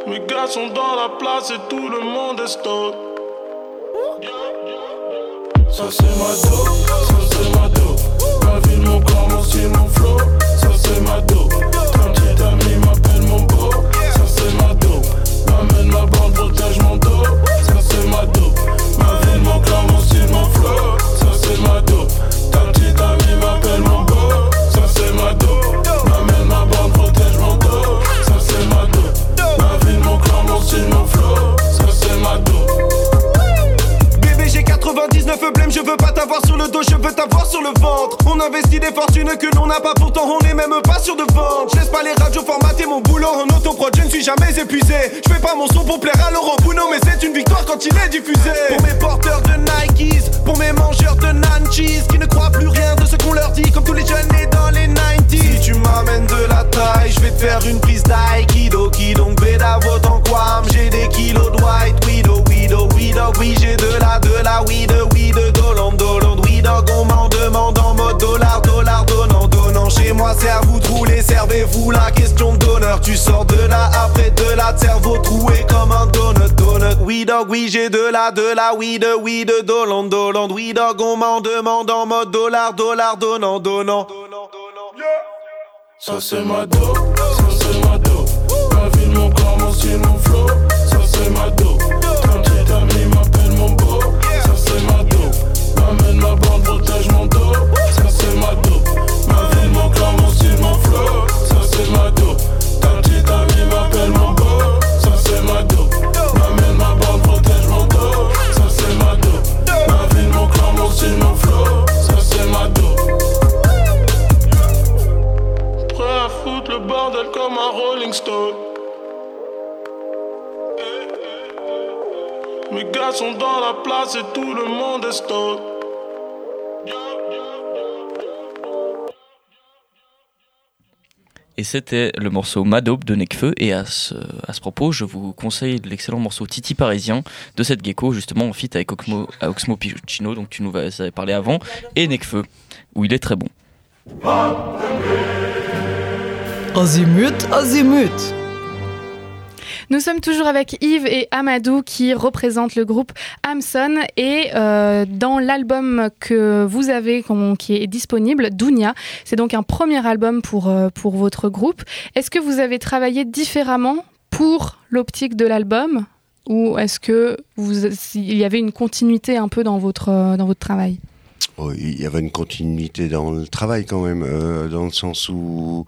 Mes gars sont dans la place et tout le monde est stop. Ça c'est ma dope, ça c'est ma dope. Ma ville, mon corps, mon style, mon flow. Ça c'est ma dope. Un petit ami m'appelle mon beau. Ça c'est ma dope. M'amène ma bande, protège mon dos. Ça c'est ma dope. Ma ville, mon corps, mon style, mon flow. Ça c'est ma dope. Ta petite amie m'appelle mon beau. Ça c'est ma dope. M'amène ma bande, protège mon dos. Ça c'est ma dope. Ma ville, mon corps, mon style, mon flow. Ça c'est ma dope. J'ai quatre-vingt-dix-neuf blême, je veux pas t'avoir sur le dos, je veux t'avoir sur le ventre. On investit des fortunes que l'on n'a pas, pourtant on est même pas sûr de vendre. Je laisse pas les radios formater mon boulot en autoprod, je ne suis jamais épuisé. Je fais pas mon son pour plaire à Laurent Bounot, mais c'est une victoire quand il est diffusé. Pour mes porteurs de Nikes, pour mes mangeurs de nanchis, qui ne croient plus rien de ce qu'on leur dit, comme tous les jeunes nés dans les nineties. Si tu m'amènes de la taille, je vais te faire une prise d'aïkido, qui donc béda vote en quoi. J'ai des kilos de white widow, widow, widow, oui j'ai de la de la weed, weed, dolant, dolant, weed, on m'en demande en mode dollar, dollar, donnant, donnant. Chez moi c'est à vous de rouler, servez-vous la question d'honneur. Tu sors de là, après de là, de cerveau troué comme un donut, donut. Oui dog, oui j'ai de la, de la weed, weed, dolant, dolant, weed, on m'en demande en mode dollar, dollar, donnant, donnant. Ça c'est ma dope, ça c'est ma dope. Ma ville, mon corps, mon style, mon flow. Ça c'est ma dope. Un petit ami m'appelle mon beau. Ça c'est ma dope. M'amène ma bande, protège mon dos. Ça c'est ma dope. Ma ville, mon corps, mon style, mon flow. Ça c'est ma dope. Ta petite amie m'appelle mon beau. Ça c'est ma dope. M'amène ma bande, protège mon dos. Ça c'est ma dope. Ma ville, mon corps, mon style, mon flow. Ça c'est ma dope. Prêt à foutre le bordel comme un Rolling Stone. Mes gars sont dans la place et tout le monde est stop. Et c'était le morceau Madope de Nekfeu. Et à ce, à ce propos, je vous conseille l'excellent morceau Titi Parisien de cette gecko, justement en feat avec Oxmo, Oxmo Puccino, donc tu nous avais parlé avant, et Nekfeu, où il est très bon. Azimut, azimut. Nous sommes toujours avec Yves et Amadou qui représentent le groupe Hamson et euh, dans l'album que vous avez qui est disponible, Dounia, c'est donc un premier album pour, euh, pour votre groupe. Est-ce que vous avez travaillé différemment pour l'optique de l'album ou est-ce que vous, il y avait une continuité un peu dans votre, euh, dans votre travail ? Oh, il y avait une continuité dans le travail quand même, euh, dans le sens où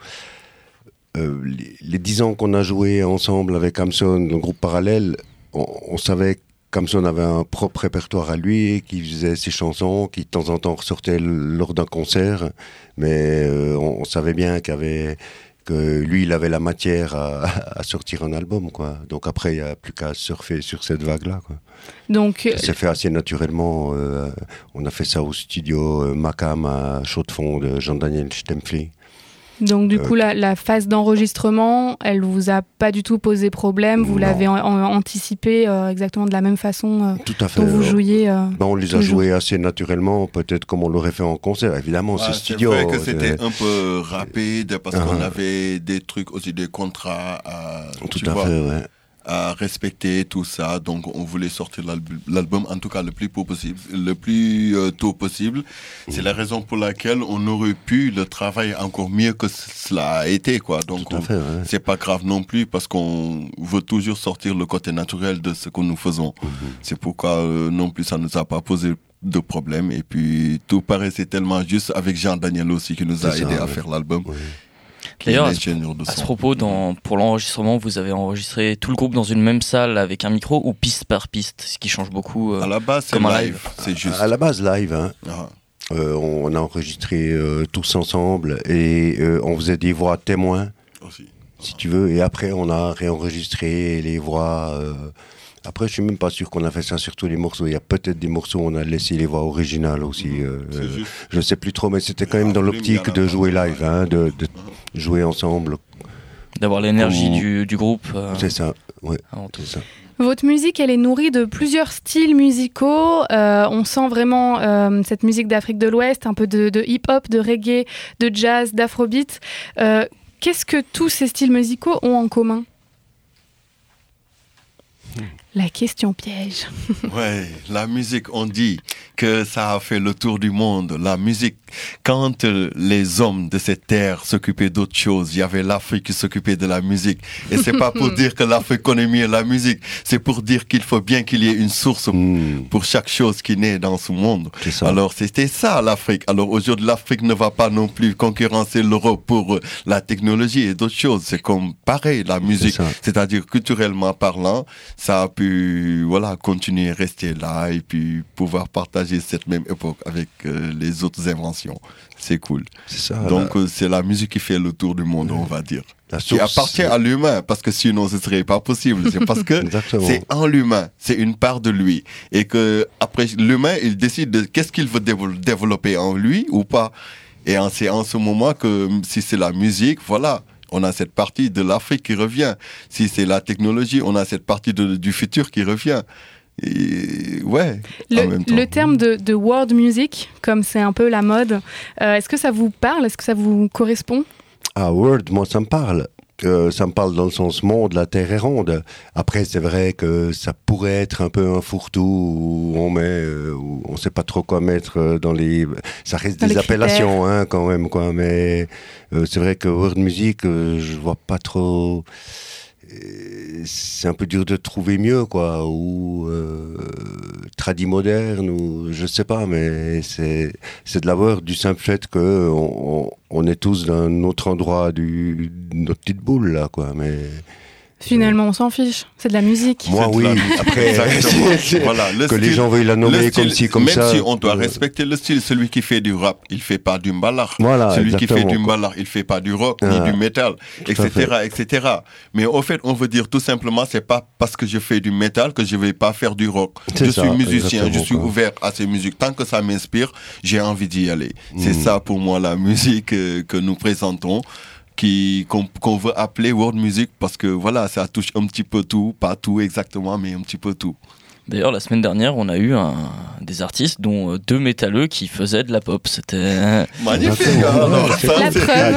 Euh, les, les dix ans qu'on a joué ensemble avec Hamson, le groupe parallèle, on, on savait qu'Hamson avait un propre répertoire à lui, qu'il faisait ses chansons, qui de temps en temps ressortaient lors d'un concert, mais euh, on, on savait bien qu'il y avait, que lui, il avait la matière à, à sortir un album, quoi. Donc après, il n'y a plus qu'à surfer sur cette vague-là, quoi. Donc, ça s'est fait assez naturellement. Euh, on a fait ça au studio euh, Macam à Chaux-de-Fonds de Jean-Daniel Stempfli. Donc du euh, coup, la, la phase d'enregistrement, elle vous a pas du tout posé problème. Vous non. l'avez en, en, anticipé euh, exactement de la même façon euh, tout à fait. dont vous jouiez. Euh, ben, on les a joués assez naturellement, peut-être comme on l'aurait fait en concert. Évidemment, ouais, c'est studio. C'est vrai que c'était un peu rapide parce uh-huh. qu'on avait des trucs aussi, des contrats à, tout tu à vois, fait, ouais. à respecter, tout ça. Donc on voulait sortir l'album, l'album en tout cas le plus tôt possible. Le plus euh, tôt possible. C'est mmh. la raison pour laquelle on aurait pu le travailler encore mieux que cela a été, quoi. Donc on, fait, ouais. c'est pas grave non plus parce qu'on veut toujours sortir le côté naturel de ce que nous faisons. Mmh. C'est pourquoi euh, non plus ça nous a pas posé de problème. Et puis tout paraissait tellement juste avec Jean-Daniel aussi qui nous a c'est aidé ça, à ouais. faire l'album. Ouais. D'ailleurs, à ce, à ce propos, dans, pour l'enregistrement, vous avez enregistré tout le groupe dans une même salle avec un micro ou piste par piste, ce qui change beaucoup. Euh, à la base, c'est comme live, un live. c'est juste. À la base, live. Hein. Ah. Euh, on a enregistré euh, tous ensemble et euh, on faisait des voix témoins, aussi. si tu veux. Et après, on a réenregistré les voix. Euh, Après, je suis même pas sûr qu'on a fait ça sur tous les morceaux. Il y a peut-être des morceaux où on a laissé les voix originales aussi. Euh, euh, je sais plus trop, mais c'était quand même dans l'optique de jouer live, hein, de, de jouer ensemble. D'avoir l'énergie Ou... du, du groupe. Euh, c'est ça, ouais, c'est ça. Votre musique, elle est nourrie de plusieurs styles musicaux. Euh, on sent vraiment euh, cette musique d'Afrique de l'Ouest, un peu de, de hip-hop, de reggae, de jazz, d'afrobeat. Euh, qu'est-ce que tous ces styles musicaux ont en commun ? La question piège. Ouais, la musique, on dit que ça a fait le tour du monde. La musique, quand euh, les hommes de cette terre s'occupaient d'autres choses, il y avait l'Afrique qui s'occupait de la musique. Et c'est pas pour dire que l'Afrique connaît mieux la musique, c'est pour dire qu'il faut bien qu'il y ait une source mmh. pour chaque chose qui naît dans ce monde. Alors c'était ça l'Afrique. Alors aujourd'hui, l'Afrique ne va pas non plus concurrencer l'Europe pour euh, la technologie et d'autres choses. C'est comme pareil, la musique. C'est C'est-à-dire culturellement parlant, ça a pu voilà, continuer à rester là et puis pouvoir partager cette même époque avec euh, les autres inventions. C'est cool. C'est ça, Donc là. euh, c'est la musique qui fait le tour du monde, on va dire. La source, qui appartient à l'humain, parce que sinon ce serait pas possible. C'est parce que c'est en l'humain, c'est une part de lui. Et que après l'humain, il décide de qu'est-ce qu'il veut dévo- développer en lui ou pas. Et en, c'est en ce moment que si c'est la musique, voilà. On a cette partie de l'Afrique qui revient. Si c'est la technologie, on a cette partie de, du futur qui revient. Et ouais, le, en même temps. Le terme de, de world music, comme c'est un peu la mode, euh, est-ce que ça vous parle? Est-ce que ça vous correspond? Ah, world, moi ça me parle. Euh, ça me parle dans le sens monde, la terre est ronde. Après, c'est vrai que ça pourrait être un peu un fourre-tout où on met, euh, où on sait pas trop quoi mettre dans les. Ça reste dans des appellations, hein, quand même, quoi. Mais euh, c'est vrai que world music, euh, je vois pas trop. C'est un peu dur de trouver mieux, quoi, ou euh, tradi moderne, ou je sais pas, mais c'est c'est de l'avoir du simple fait que on, on est tous d'un autre endroit du de notre petite boule là, quoi, mais. Finalement, on s'en fiche. C'est de la musique. Moi, oui. Après, voilà, le que style, les gens veuillent la nommer style, comme ci, comme même ça. Même si on doit euh... respecter le style, celui qui fait du rap, il fait pas du mbalard. Voilà, celui exactement, qui fait du quoi. mbalard, il fait pas du rock ah, ni du métal, et cetera, et cetera. Mais au fait, on veut dire tout simplement, c'est pas parce que je fais du métal que je vais pas faire du rock. Je ça, suis musicien, je suis quoi. ouvert à ces musiques. Tant que ça m'inspire, j'ai envie d'y aller. Mm. C'est ça pour moi la musique euh, que nous présentons. Qui, qu'on, qu'on veut appeler world music parce que voilà, ça touche un petit peu tout, pas tout exactement, mais un petit peu tout. D'ailleurs, la semaine dernière, on a eu un, des artistes, dont deux métalleux qui faisaient de la pop. C'était magnifique. La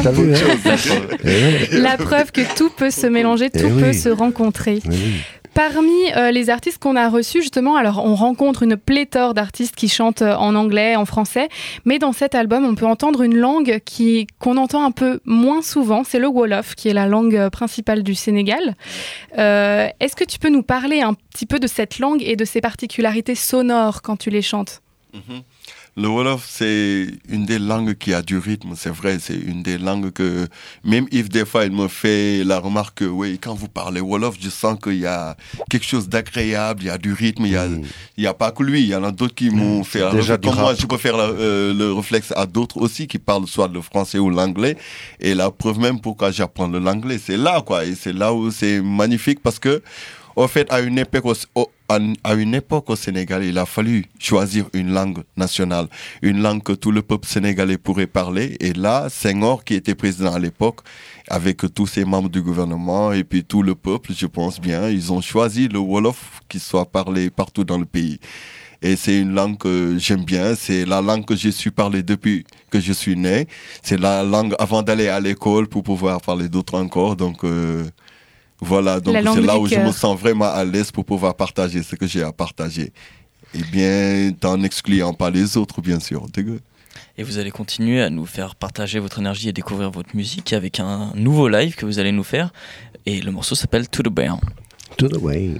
preuve, la preuve que tout peut se mélanger, tout peut se rencontrer. Parmi euh, les artistes qu'on a reçus, justement, alors on rencontre une pléthore d'artistes qui chantent en anglais, en français, mais dans cet album, on peut entendre une langue qui, qu'on entend un peu moins souvent, c'est le Wolof, qui est la langue principale du Sénégal. Euh, est-ce que tu peux nous parler un petit peu de cette langue et de ses particularités sonores quand tu les chantes? Mm-hmm. Le Wolof, c'est une des langues qui a du rythme, c'est vrai, c'est une des langues que, même Yves, des fois, il me fait la remarque que, oui, quand vous parlez Wolof, je sens qu'il y a quelque chose d'agréable, il y a du rythme, il y a, mmh. il y a pas que lui, il y en a d'autres qui m'ont fait, déjà comme moi, je peux faire la, euh, le réflexe à d'autres aussi qui parlent soit le français ou l'anglais, et la preuve même pourquoi j'apprends l'anglais, c'est là, quoi, et c'est là où c'est magnifique parce que, au fait, à une époque, au, à une époque au Sénégal, il a fallu choisir une langue nationale, une langue que tout le peuple sénégalais pourrait parler. Et là, Senghor, qui était président à l'époque, avec tous ses membres du gouvernement et puis tout le peuple, je pense bien, ils ont choisi le Wolof qui soit parlé partout dans le pays. Et c'est une langue que j'aime bien, c'est la langue que j'ai su parler depuis que je suis né. C'est la langue avant d'aller à l'école pour pouvoir parler d'autres encore, donc... Euh, Voilà, donc c'est là où je me sens vraiment à l'aise pour pouvoir partager ce que j'ai à partager. Et bien, en excluant pas les autres, bien sûr. Et vous allez continuer à nous faire partager votre énergie et découvrir votre musique avec un nouveau live que vous allez nous faire. Et le morceau s'appelle To The Way. To The Way.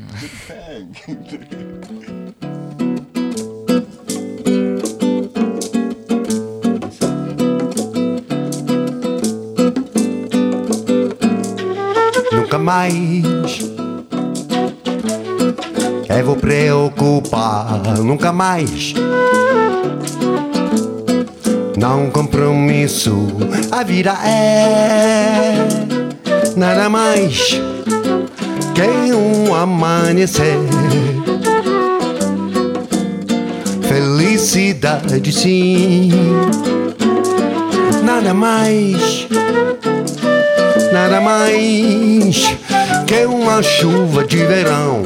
Nunca mais eu vou preocupar, nunca mais. Não compromisso, a vida é nada mais que um amanhecer. Felicidade sim, nada mais. Nada mais que uma chuva de verão,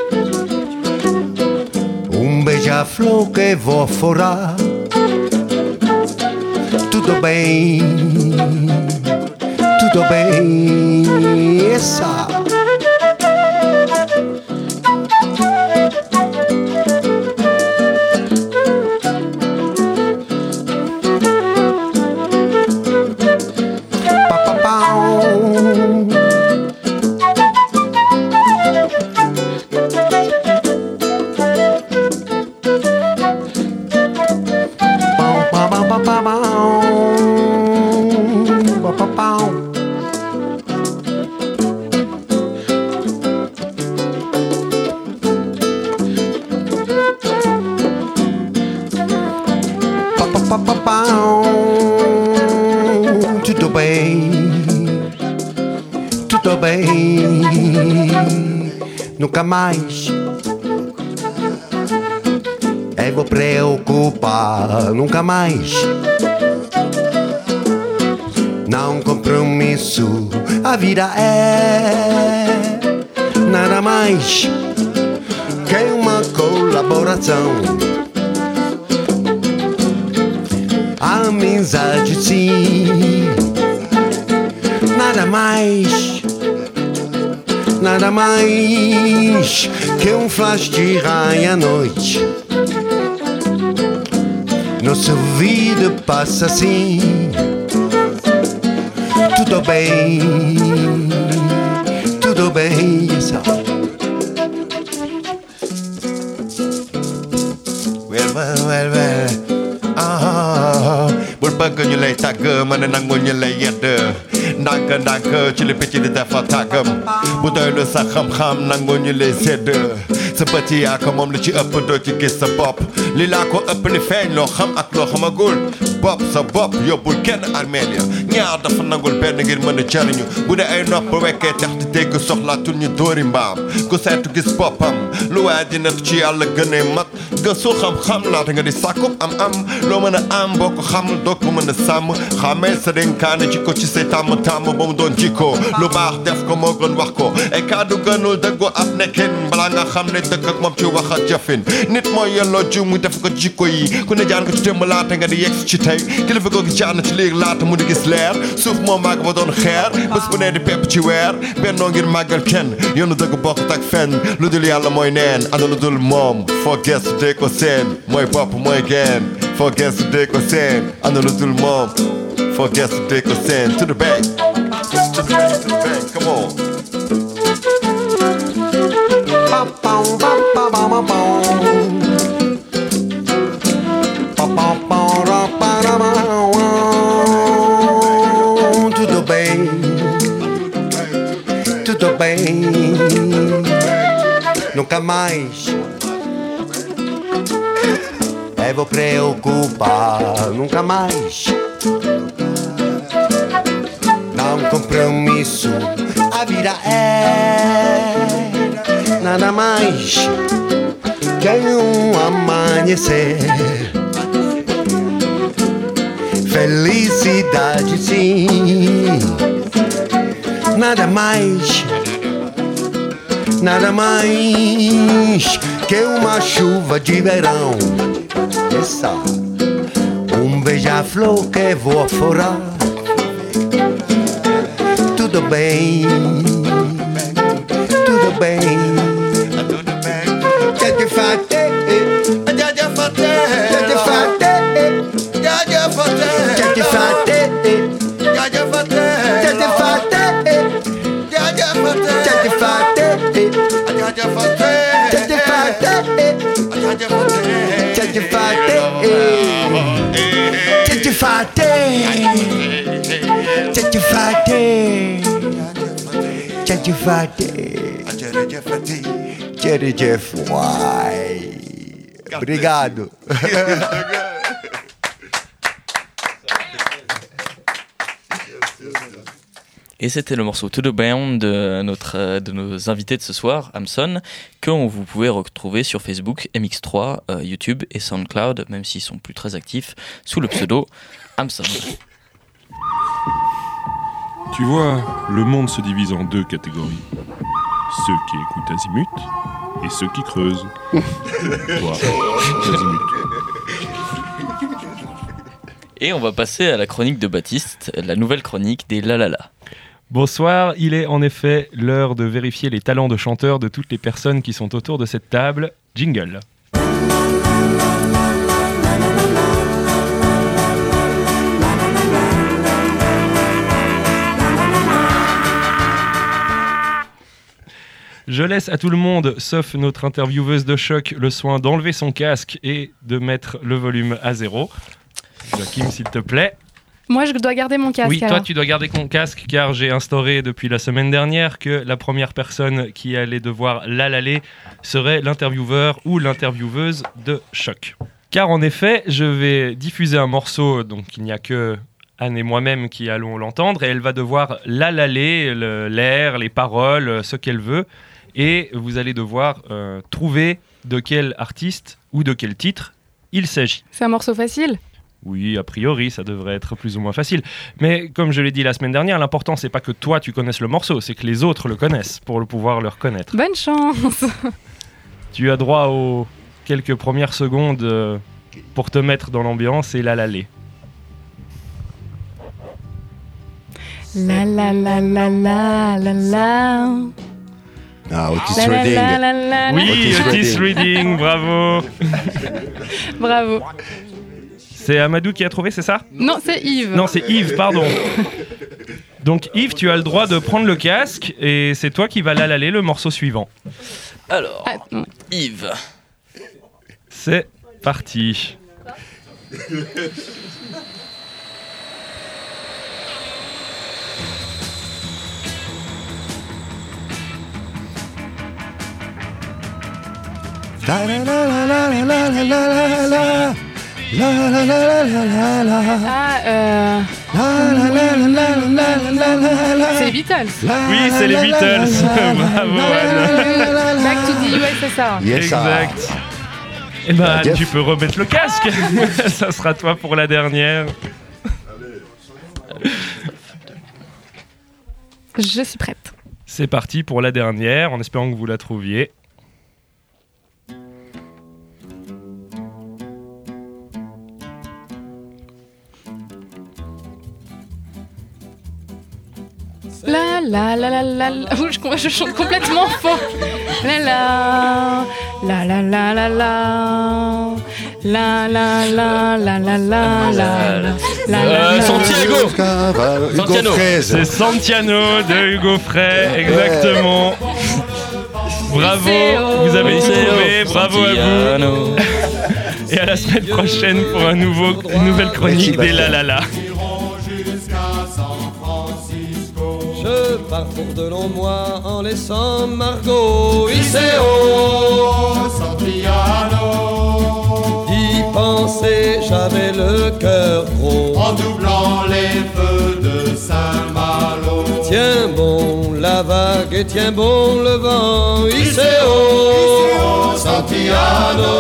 um beija-flor que vou forar. Tudo bem, tudo bem, essa. tudo bem, nunca mais eu vou preocupar, nunca mais. Não compromisso, a vida é nada mais que uma colaboração. A amizade sim, nada mais, nada mais que um flash de raio à noite. Nossa vida passa assim, tudo bem, tudo bem, yes, well, well, well, well. Ah, berbagai nilai tagam, mana nanggung nilai yada. Nangka nangka, cili pecili dapat tagam. Budaya lu sakam kham nanggung nilai seda. Seperti aku memiliki apa doa kisah Bob. Lila aku apa ni fan lo kham ak lo khamagul. Bob sa Bob yo bulken Armenia. Ñaar dafa nangul benn ngir mën a jariñu. Bu dee ay nopp wekkee tax di dégg soxlaatul ñu dóori mbaam. Ku seetu gis boppam lu waay di nekk ci yàlla gënee mag. Gëstu xam-xam laata nga di sàkkub am am. Loo mën a am boo ko xamul doo ko mën a sàmm. Xamee sa dénkaane ci ko ci say tàmm tàmm ba mu doon jikko. Lu baax def ko moo gën wax ko. Ay kàddu gënul dëggoo ab nekkin. Balaa nga xam ne dëkk ak moom ci wax ak jëfin. Nit mooy yelloo jiw mu def ko jikko yi. Ku ne jaan ko ci démb laata nga di yegg ci tey. Kilifa googu jaar na ci léegi laata mu di gis leer. Suuf moo màgg ba doon xeer. Bés bu ne di pepp ci weer. Bennoo ngir màggal kenn. Yoonu dëgg bokkut ak fenn. Lu dul yàlla mooy neen. Ana lu dul moom. Foo gestu dee ko seen. Mooy bopp mooy geen. Foo gestu dee ko seen. Ana lu dul moom. Foo gestu dee ko seen. To the bank. To the bank, to the bank. Come on. Bam, bam, bam, bam, bam, bam. Tudo bem, tudo bem, nunca mais eu vou preocupar, nunca mais. Não compromisso, a vida é nada mais que um amanhecer. Felicidade sim, nada mais, nada mais que uma chuva de verão. Essa, um beija-flor que voa fora. Tudo bem, tudo bem, tudo bem. Que te fate, que te fate, que te fate. Get your fat day, get your fat day, get your fat day, get your fat day, get your fat day, get your fat day, get your fat day, get your fat day, get your fat day, get your fat day, get your fat day. Obrigado. Et c'était le morceau To The Band de, notre, de nos invités de ce soir, Hamson, que vous pouvez retrouver sur Facebook, M X trois, euh, YouTube et SoundCloud, même s'ils sont plus très actifs, sous le pseudo Hamson. Tu vois, le monde se divise en deux catégories. Ceux qui écoutent Azimut et ceux qui creusent. Toi, Azimut. Et on va passer à la chronique de Baptiste, la nouvelle chronique des La La La. Bonsoir, il est en effet l'heure de vérifier les talents de chanteurs de toutes les personnes qui sont autour de cette table. Jingle. Je laisse à tout le monde, sauf notre intervieweuse de choc, le soin d'enlever son casque et de mettre le volume à zéro. Joachim, s'il te plaît. Moi, je dois garder mon casque. Oui, toi, alors. tu dois garder ton casque, car j'ai instauré depuis la semaine dernière que la première personne qui allait devoir l'alaler serait l'intervieweur ou l'intervieweuse de choc. Car en effet, je vais diffuser un morceau, donc il n'y a que Anne et moi-même qui allons l'entendre, et elle va devoir l'alaler, le, l'air, les paroles, ce qu'elle veut, et vous allez devoir euh, trouver de quel artiste ou de quel titre il s'agit. C'est un morceau facile ? Oui, a priori, ça devrait être plus ou moins facile. Mais comme je l'ai dit la semaine dernière, l'important, c'est pas que toi, tu connaisses le morceau, c'est que les autres le connaissent pour le pouvoir le reconnaître. Bonne chance. Tu as droit aux quelques premières secondes euh, pour te mettre dans l'ambiance et l'alaler. La la la la la la la. Ah, Otis La, la, Redding. la, la, la, la. Oui, Otis Otis Redding. Redding, bravo. Bravo. C'est Amadou qui a trouvé, c'est ça ? Non, c'est Yves. Non, c'est Yves, pardon. Donc Yves, tu as le droit de prendre le casque et c'est toi qui vas l'alaler le morceau suivant. Alors, Ah, non. Yves. C'est parti. La la la la la la la la la la. La la la la la la la. Ah, euh... La la la la la la la la la. c'est les Beatles. Oui, c'est les Beatles. Bravo Anne. Back to the U S S R. Yes, sir. Exact. Eh ben Anne, Jeff. tu peux remettre le casque. Ça sera toi pour la dernière. Je suis prête. C'est parti pour la dernière, en espérant que vous la trouviez. La la la la la la. Ouh, je, je chante complètement faux. La la la la la la la la la la la la la la la Euh, Santiago. Hugo Santiano. Fraise. C'est Santiano de Hugo Frey, exactement. Bravo, vous avez tout trouvé, bravo à vous. Et à la semaine prochaine pour un nouveau, une nouvelle chronique des La La La. Je parcours de longs mois en laissant Margot Iseo Santiano. Y penser, j'avais le cœur gros en doublant les feux de Saint-Malo. Tiens bon la vague et tiens bon le vent Iseo Santiano.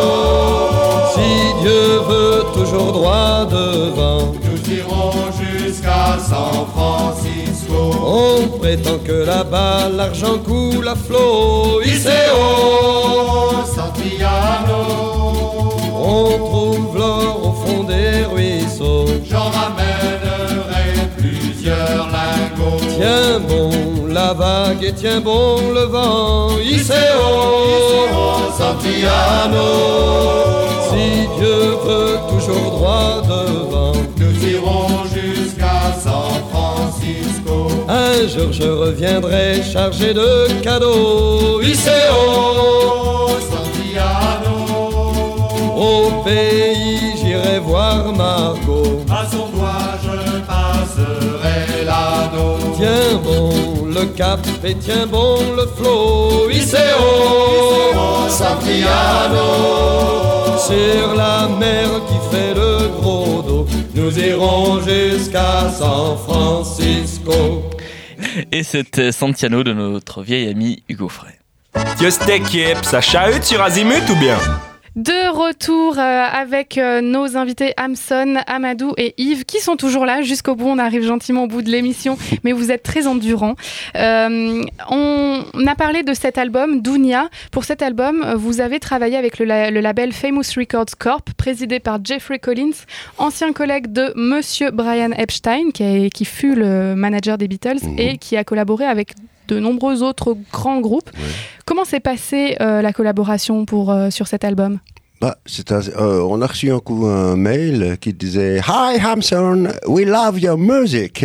Si Dieu veut toujours droit devant, nous irons jusqu'à San Francisco. On prétend que là-bas l'argent coule à flot. Iseo Santiano. On trouve l'or au fond des ruisseaux. J'en ramènerai plusieurs lingots. Tiens bon la vague et tiens bon le vent. Iseo Santiano. Si Dieu veut toujours droit devant, nous irons jusqu'à San Francisco. Un jour je reviendrai chargé de cadeaux. Iseo Santiano. Au pays j'irai voir Margot. À son doigt je passerai l'anneau. Tiens bon le cap et tiens bon le flot. Iseo Santiano. Sur la mer qui fait le gros dos, nous irons jusqu'à San Francisco. Et c'était Santiano de notre vieil ami Hugo Frey. Just équipe, ça chahute sur Azimut ou bien? De retour euh, avec euh, nos invités Hamson, Amadou et Yves qui sont toujours là jusqu'au bout. On arrive gentiment au bout de l'émission, mais vous êtes très endurants. Euh, on a parlé de cet album, Dounia. Pour cet album, vous avez travaillé avec le, la- le label Famous Records Corp, présidé par Jeffrey Collins, ancien collègue de Monsieur Brian Epstein, qui, est- qui fut le manager des Beatles Mmh. et qui a collaboré avec de nombreux autres grands groupes. Ouais. Comment s'est passée euh, la collaboration pour, euh, sur cet album ? Bah, c'est un- euh, on a reçu un coup un mail qui disait Hi Hamson, we love your music.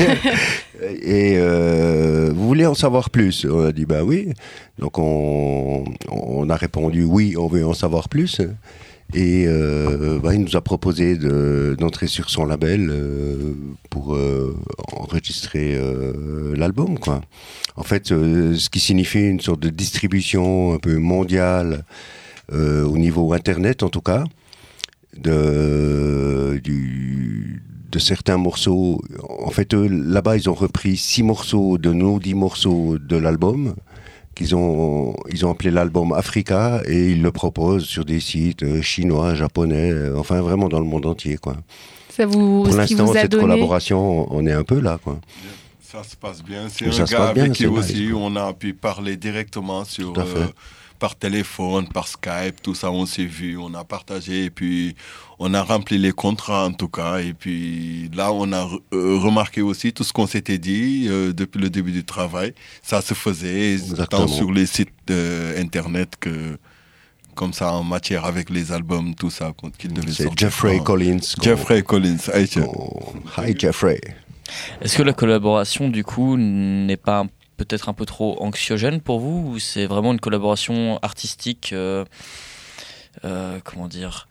Et euh, vous voulez en savoir plus? On a dit bah oui. Donc on, on a répondu oui, on veut en savoir plus. Et euh, bah, il nous a proposé de, d'entrer sur son label euh, pour euh, enregistrer euh, l'album, quoi. En fait, euh, ce qui signifie une sorte de distribution un peu mondiale euh, au niveau internet, en tout cas, de, du, de certains morceaux. En fait, eux, là-bas, ils ont repris six morceaux de nos dix morceaux de l'album, qu'ils ont, ils ont appelé l'album Africa, et ils le proposent sur des sites euh, chinois, japonais, euh, enfin vraiment dans le monde entier, quoi. Ça vous, Pour l'instant, vous a cette donné... collaboration, on est un peu là, quoi. Ça se passe bien. C'est Mais un ça se gars passe bien, avec qui c'est aussi nice, quoi. on a pu parler directement sur, Tout à fait. euh, par téléphone, par Skype, tout ça, on s'est vu, on a partagé, et puis on a rempli les contrats en tout cas, et puis là on a re- euh, remarqué aussi tout ce qu'on s'était dit euh, depuis le début du travail, ça se faisait Exactement. tant sur les sites euh, internet que comme ça en matière avec les albums, tout ça qu'il devait C'est sortir. Jeffrey Ah. Collins. Jeffrey Collins. Hey, Hi Jeffrey. Est-ce que la collaboration, du coup, n'est pas un- peut-être un peu trop anxiogène pour vous, ou c'est vraiment une collaboration artistique, euh, euh, comment dire,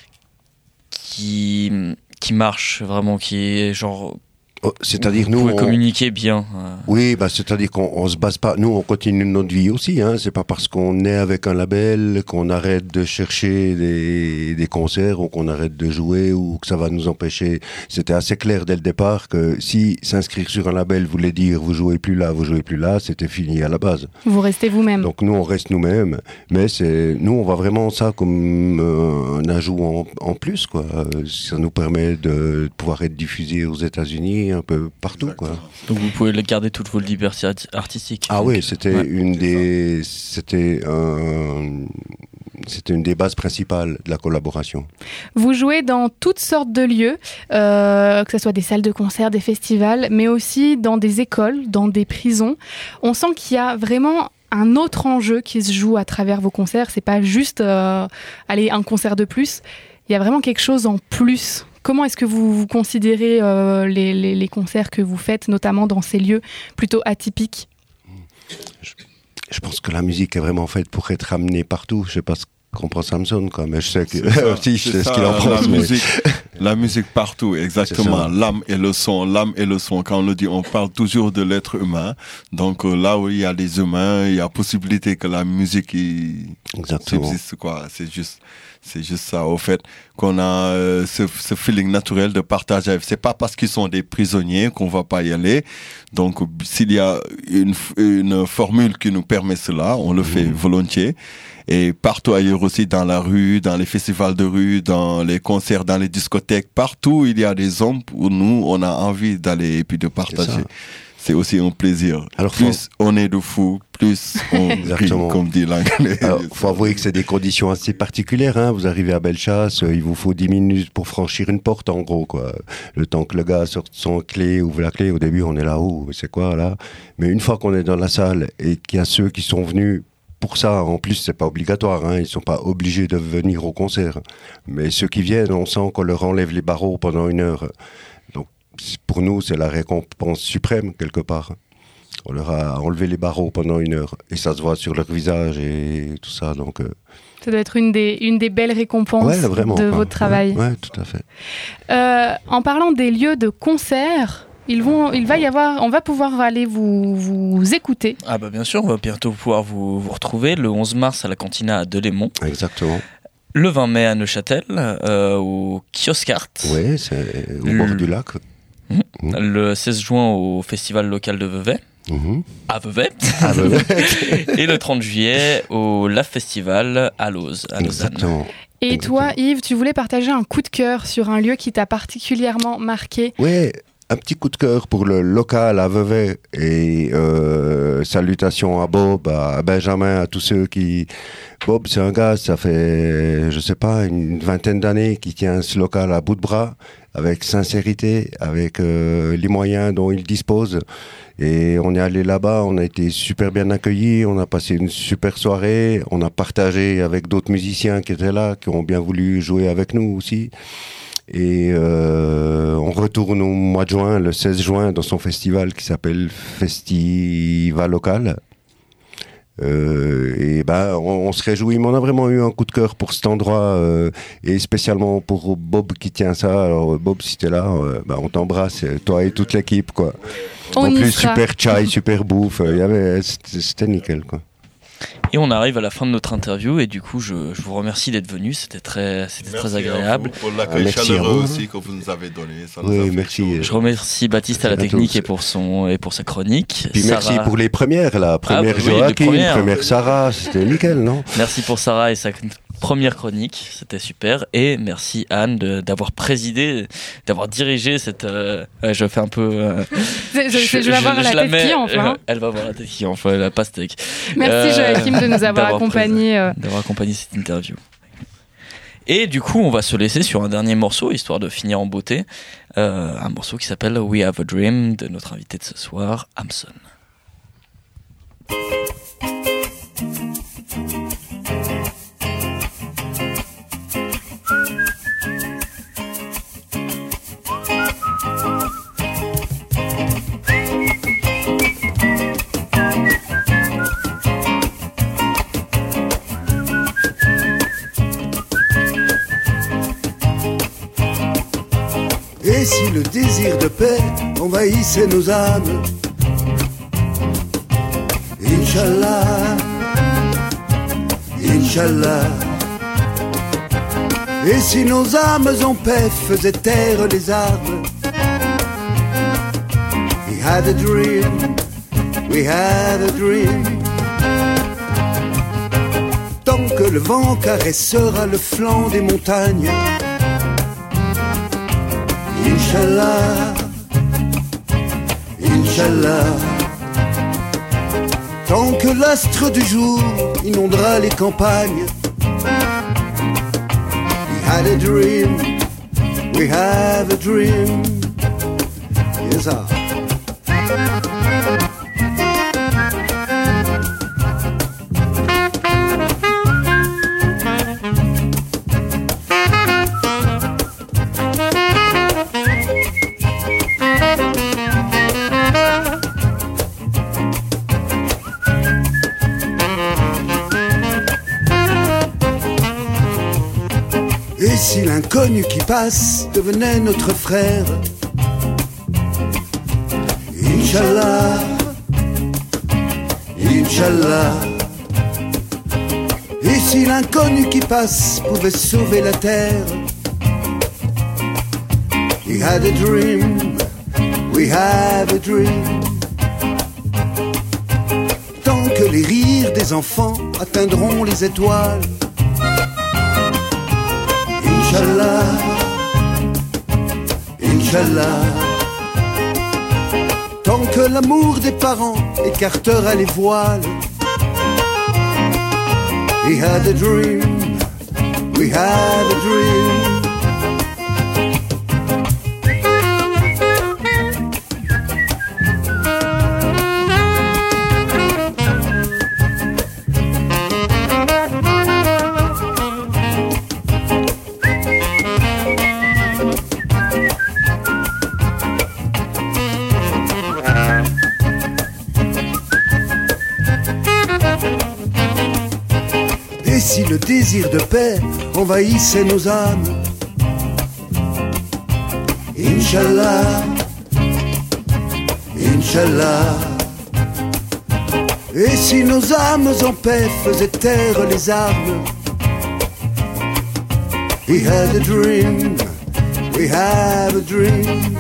qui, qui marche vraiment, qui est genre... Oh, c'est-à-dire, nous, vous pouvez on- communiquer bien. euh. Oui, bah, c'est-à-dire qu'on on se base pas. Nous, on continue notre vie aussi. Hein. C'est pas parce qu'on est avec un label qu'on arrête de chercher des, des concerts ou qu'on arrête de jouer ou que ça va nous empêcher. C'était assez clair dès le départ que si s'inscrire sur un label voulait dire vous jouez plus là, vous jouez plus là, c'était fini à la base. Vous restez vous-même. Donc nous, on reste nous-mêmes, mais c'est nous, on voit vraiment ça comme euh, un ajout en, en plus, quoi. Euh, Ça nous permet de pouvoir être diffusé aux États-Unis, un peu partout, quoi. Donc vous pouvez garder toutes vos libertés arti- artistiques. Ah donc. oui, c'était Ouais. une des, c'était un, c'était une des bases principales de la collaboration. Vous jouez dans toutes sortes de lieux, euh, que ce soit des salles de concert, des festivals, mais aussi dans des écoles, dans des prisons. On sent qu'il y a vraiment un autre enjeu qui se joue à travers vos concerts. C'est pas juste euh, aller un concert de plus. Il y a vraiment quelque chose en plus. Comment est-ce que vous, vous considérez euh, les, les, les concerts que vous faites, notamment dans ces lieux plutôt atypiques ? Je pense que la musique est vraiment faite pour être amenée partout. Je sais pas ce qu'en pense Samson, quoi, mais je sais que C'est ça, si, je c'est sais ce ça, qu'il en pense. La mais- musique, la musique partout, exactement. C'est ça. L'âme et le son, l'âme et le son. Quand on le dit, on parle toujours de l'être humain. Donc euh, là où il y a des humains, il y a possibilité que la musique il Exactement. subsiste, quoi. C'est juste, c'est juste ça. Au fait, qu'on a euh, ce, ce feeling naturel de partager. C'est pas parce qu'ils sont des prisonniers qu'on va pas y aller. Donc s'il y a une, une formule qui nous permet cela, on le fait volontiers. Et partout ailleurs aussi, dans la rue, dans les festivals de rue, dans les concerts, dans les discothèques, partout il y a des hommes où nous, on a envie d'aller et puis de partager. C'est aussi un plaisir. Alors, plus faut- on est de fous, plus on rit, Exactement. comme dit l'anglais. Alors, faut avouer que c'est des conditions assez particulières. Hein. Vous arrivez à Bellechasse, euh, il vous faut dix minutes pour franchir une porte, en gros, quoi. Le temps que le gars sorte son clé, ouvre la clé, au début, on est là, oh, c'est quoi, là? Mais une fois qu'on est dans la salle et qu'il y a ceux qui sont venus pour ça, en plus, c'est pas obligatoire, hein. Ils sont pas obligés de venir au concert. Mais ceux qui viennent, on sent qu'on leur enlève les barreaux pendant une heure. Donc, c'est- pour nous, c'est la récompense suprême, quelque part. On leur a enlevé les barreaux pendant une heure. Et ça se voit sur leur visage et tout ça, donc... euh, Ça doit être une des, une des belles récompenses Ouais, vraiment, de quoi. votre travail. Ouais, ouais, tout à fait. Euh, en parlant des lieux de concert, ils vont, il va y avoir, on va pouvoir aller vous, vous écouter. Ah bah bien sûr, on va bientôt pouvoir vous, vous retrouver le onze mars à la Cantina à Delémont. Exactement. Le vingt mai à Neuchâtel, euh, au Kioscart. Oui, c'est au Le- bord du lac. Mhm. Le seize juin au festival local de Vevey. Mhm. À Vevey. À Vevey. Et le trente juillet au Lave Festival à Lausanne. à Lausanne. Exactement. Et toi, Yves, tu voulais partager un coup de cœur sur un lieu qui t'a particulièrement marqué. Ouais, un petit coup de cœur pour le local à Vevey et euh, salutations à Bob, à Benjamin, à tous ceux qui... Bob, c'est un gars, ça fait, je sais pas, une vingtaine d'années qui tient ce local à bout de bras, avec sincérité, avec euh, les moyens dont il dispose. Et on est allé là-bas, on a été super bien accueillis, on a passé une super soirée, on a partagé avec d'autres musiciens qui étaient là, qui ont bien voulu jouer avec nous aussi. Et euh, on retourne au mois de juin, le seize juin, dans son festival qui s'appelle Festival Local. Euh, et ben, on, on se réjouit, mais on a vraiment eu un coup de cœur pour cet endroit, euh, et spécialement pour Bob qui tient ça. Alors Bob, si t'es là, euh, ben, on t'embrasse, toi et toute l'équipe, quoi. On en y plus, sera. super chai, super bouffe, il y avait, c'était, c'était nickel, quoi. Et on arrive à la fin de notre interview et du coup je, je vous remercie d'être venu, c'était très, c'était merci très agréable. Pour l'accueil chaleureux aussi que vous nous avez donné. Ça nous oui, a merci. Je remercie Baptiste à la technique et pour, son, et pour sa chronique. Puis Sarah... merci pour les premières, la première ah, oui, Joachim, premières. première Sarah, c'était nickel, non? Merci pour Sarah et sa première chronique, c'était super. Et merci Anne de, d'avoir présidé, d'avoir dirigé cette... Euh, ouais, je fais un peu... Euh, je, je, je, je vais avoir la tête mets, qui enfle. Hein. Elle va avoir la tête qui enfle, la pastèque. Merci euh, Joachim de nous avoir accompagnés. Euh... D'avoir accompagné cette interview. Et du coup, on va se laisser sur un dernier morceau, histoire de finir en beauté. Euh, un morceau qui s'appelle We Have a Dream, de notre invité de ce soir, Hamson. Et si le désir de paix envahissait nos âmes, Inch'Allah, Inch'Allah. Et si nos âmes en paix faisaient taire les armes, We had a dream, we had a dream. Tant que le vent caressera le flanc des montagnes, Inch'Allah, Inch'Allah. Tant que l'astre du jour inondera les campagnes, We had a dream, we have a dream. Yes, sir. Et si l'inconnu qui passe devenait notre frère, Inch'Allah, Inch'Allah. Et si l'inconnu qui passe pouvait sauver la terre, We had a dream, we have a dream. Tant que les rires des enfants atteindront les étoiles, Inch'Allah, Inch'Allah. Tant que l'amour des parents écartera les voiles, We had a dream, we had a dream. Et si le désir de paix envahissait nos âmes, Inch'Allah, Inch'Allah. Et si nos âmes en paix faisaient taire les armes, We had a dream, we have a dream.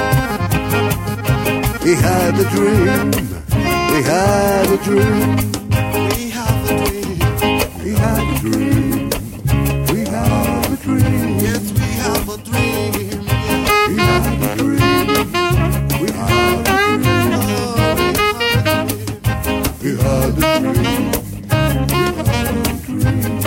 We had a dream, we had a dream. We have a dream, we have a dream. We have a dream, yes we have a dream. We have a dream, we have a dream. We had a dream, we had a dream.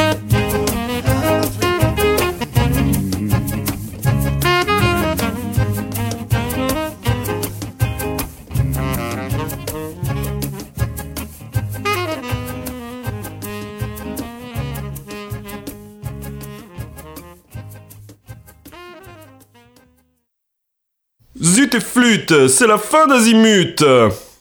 Zut et flûte, c'est la fin d'Azimut.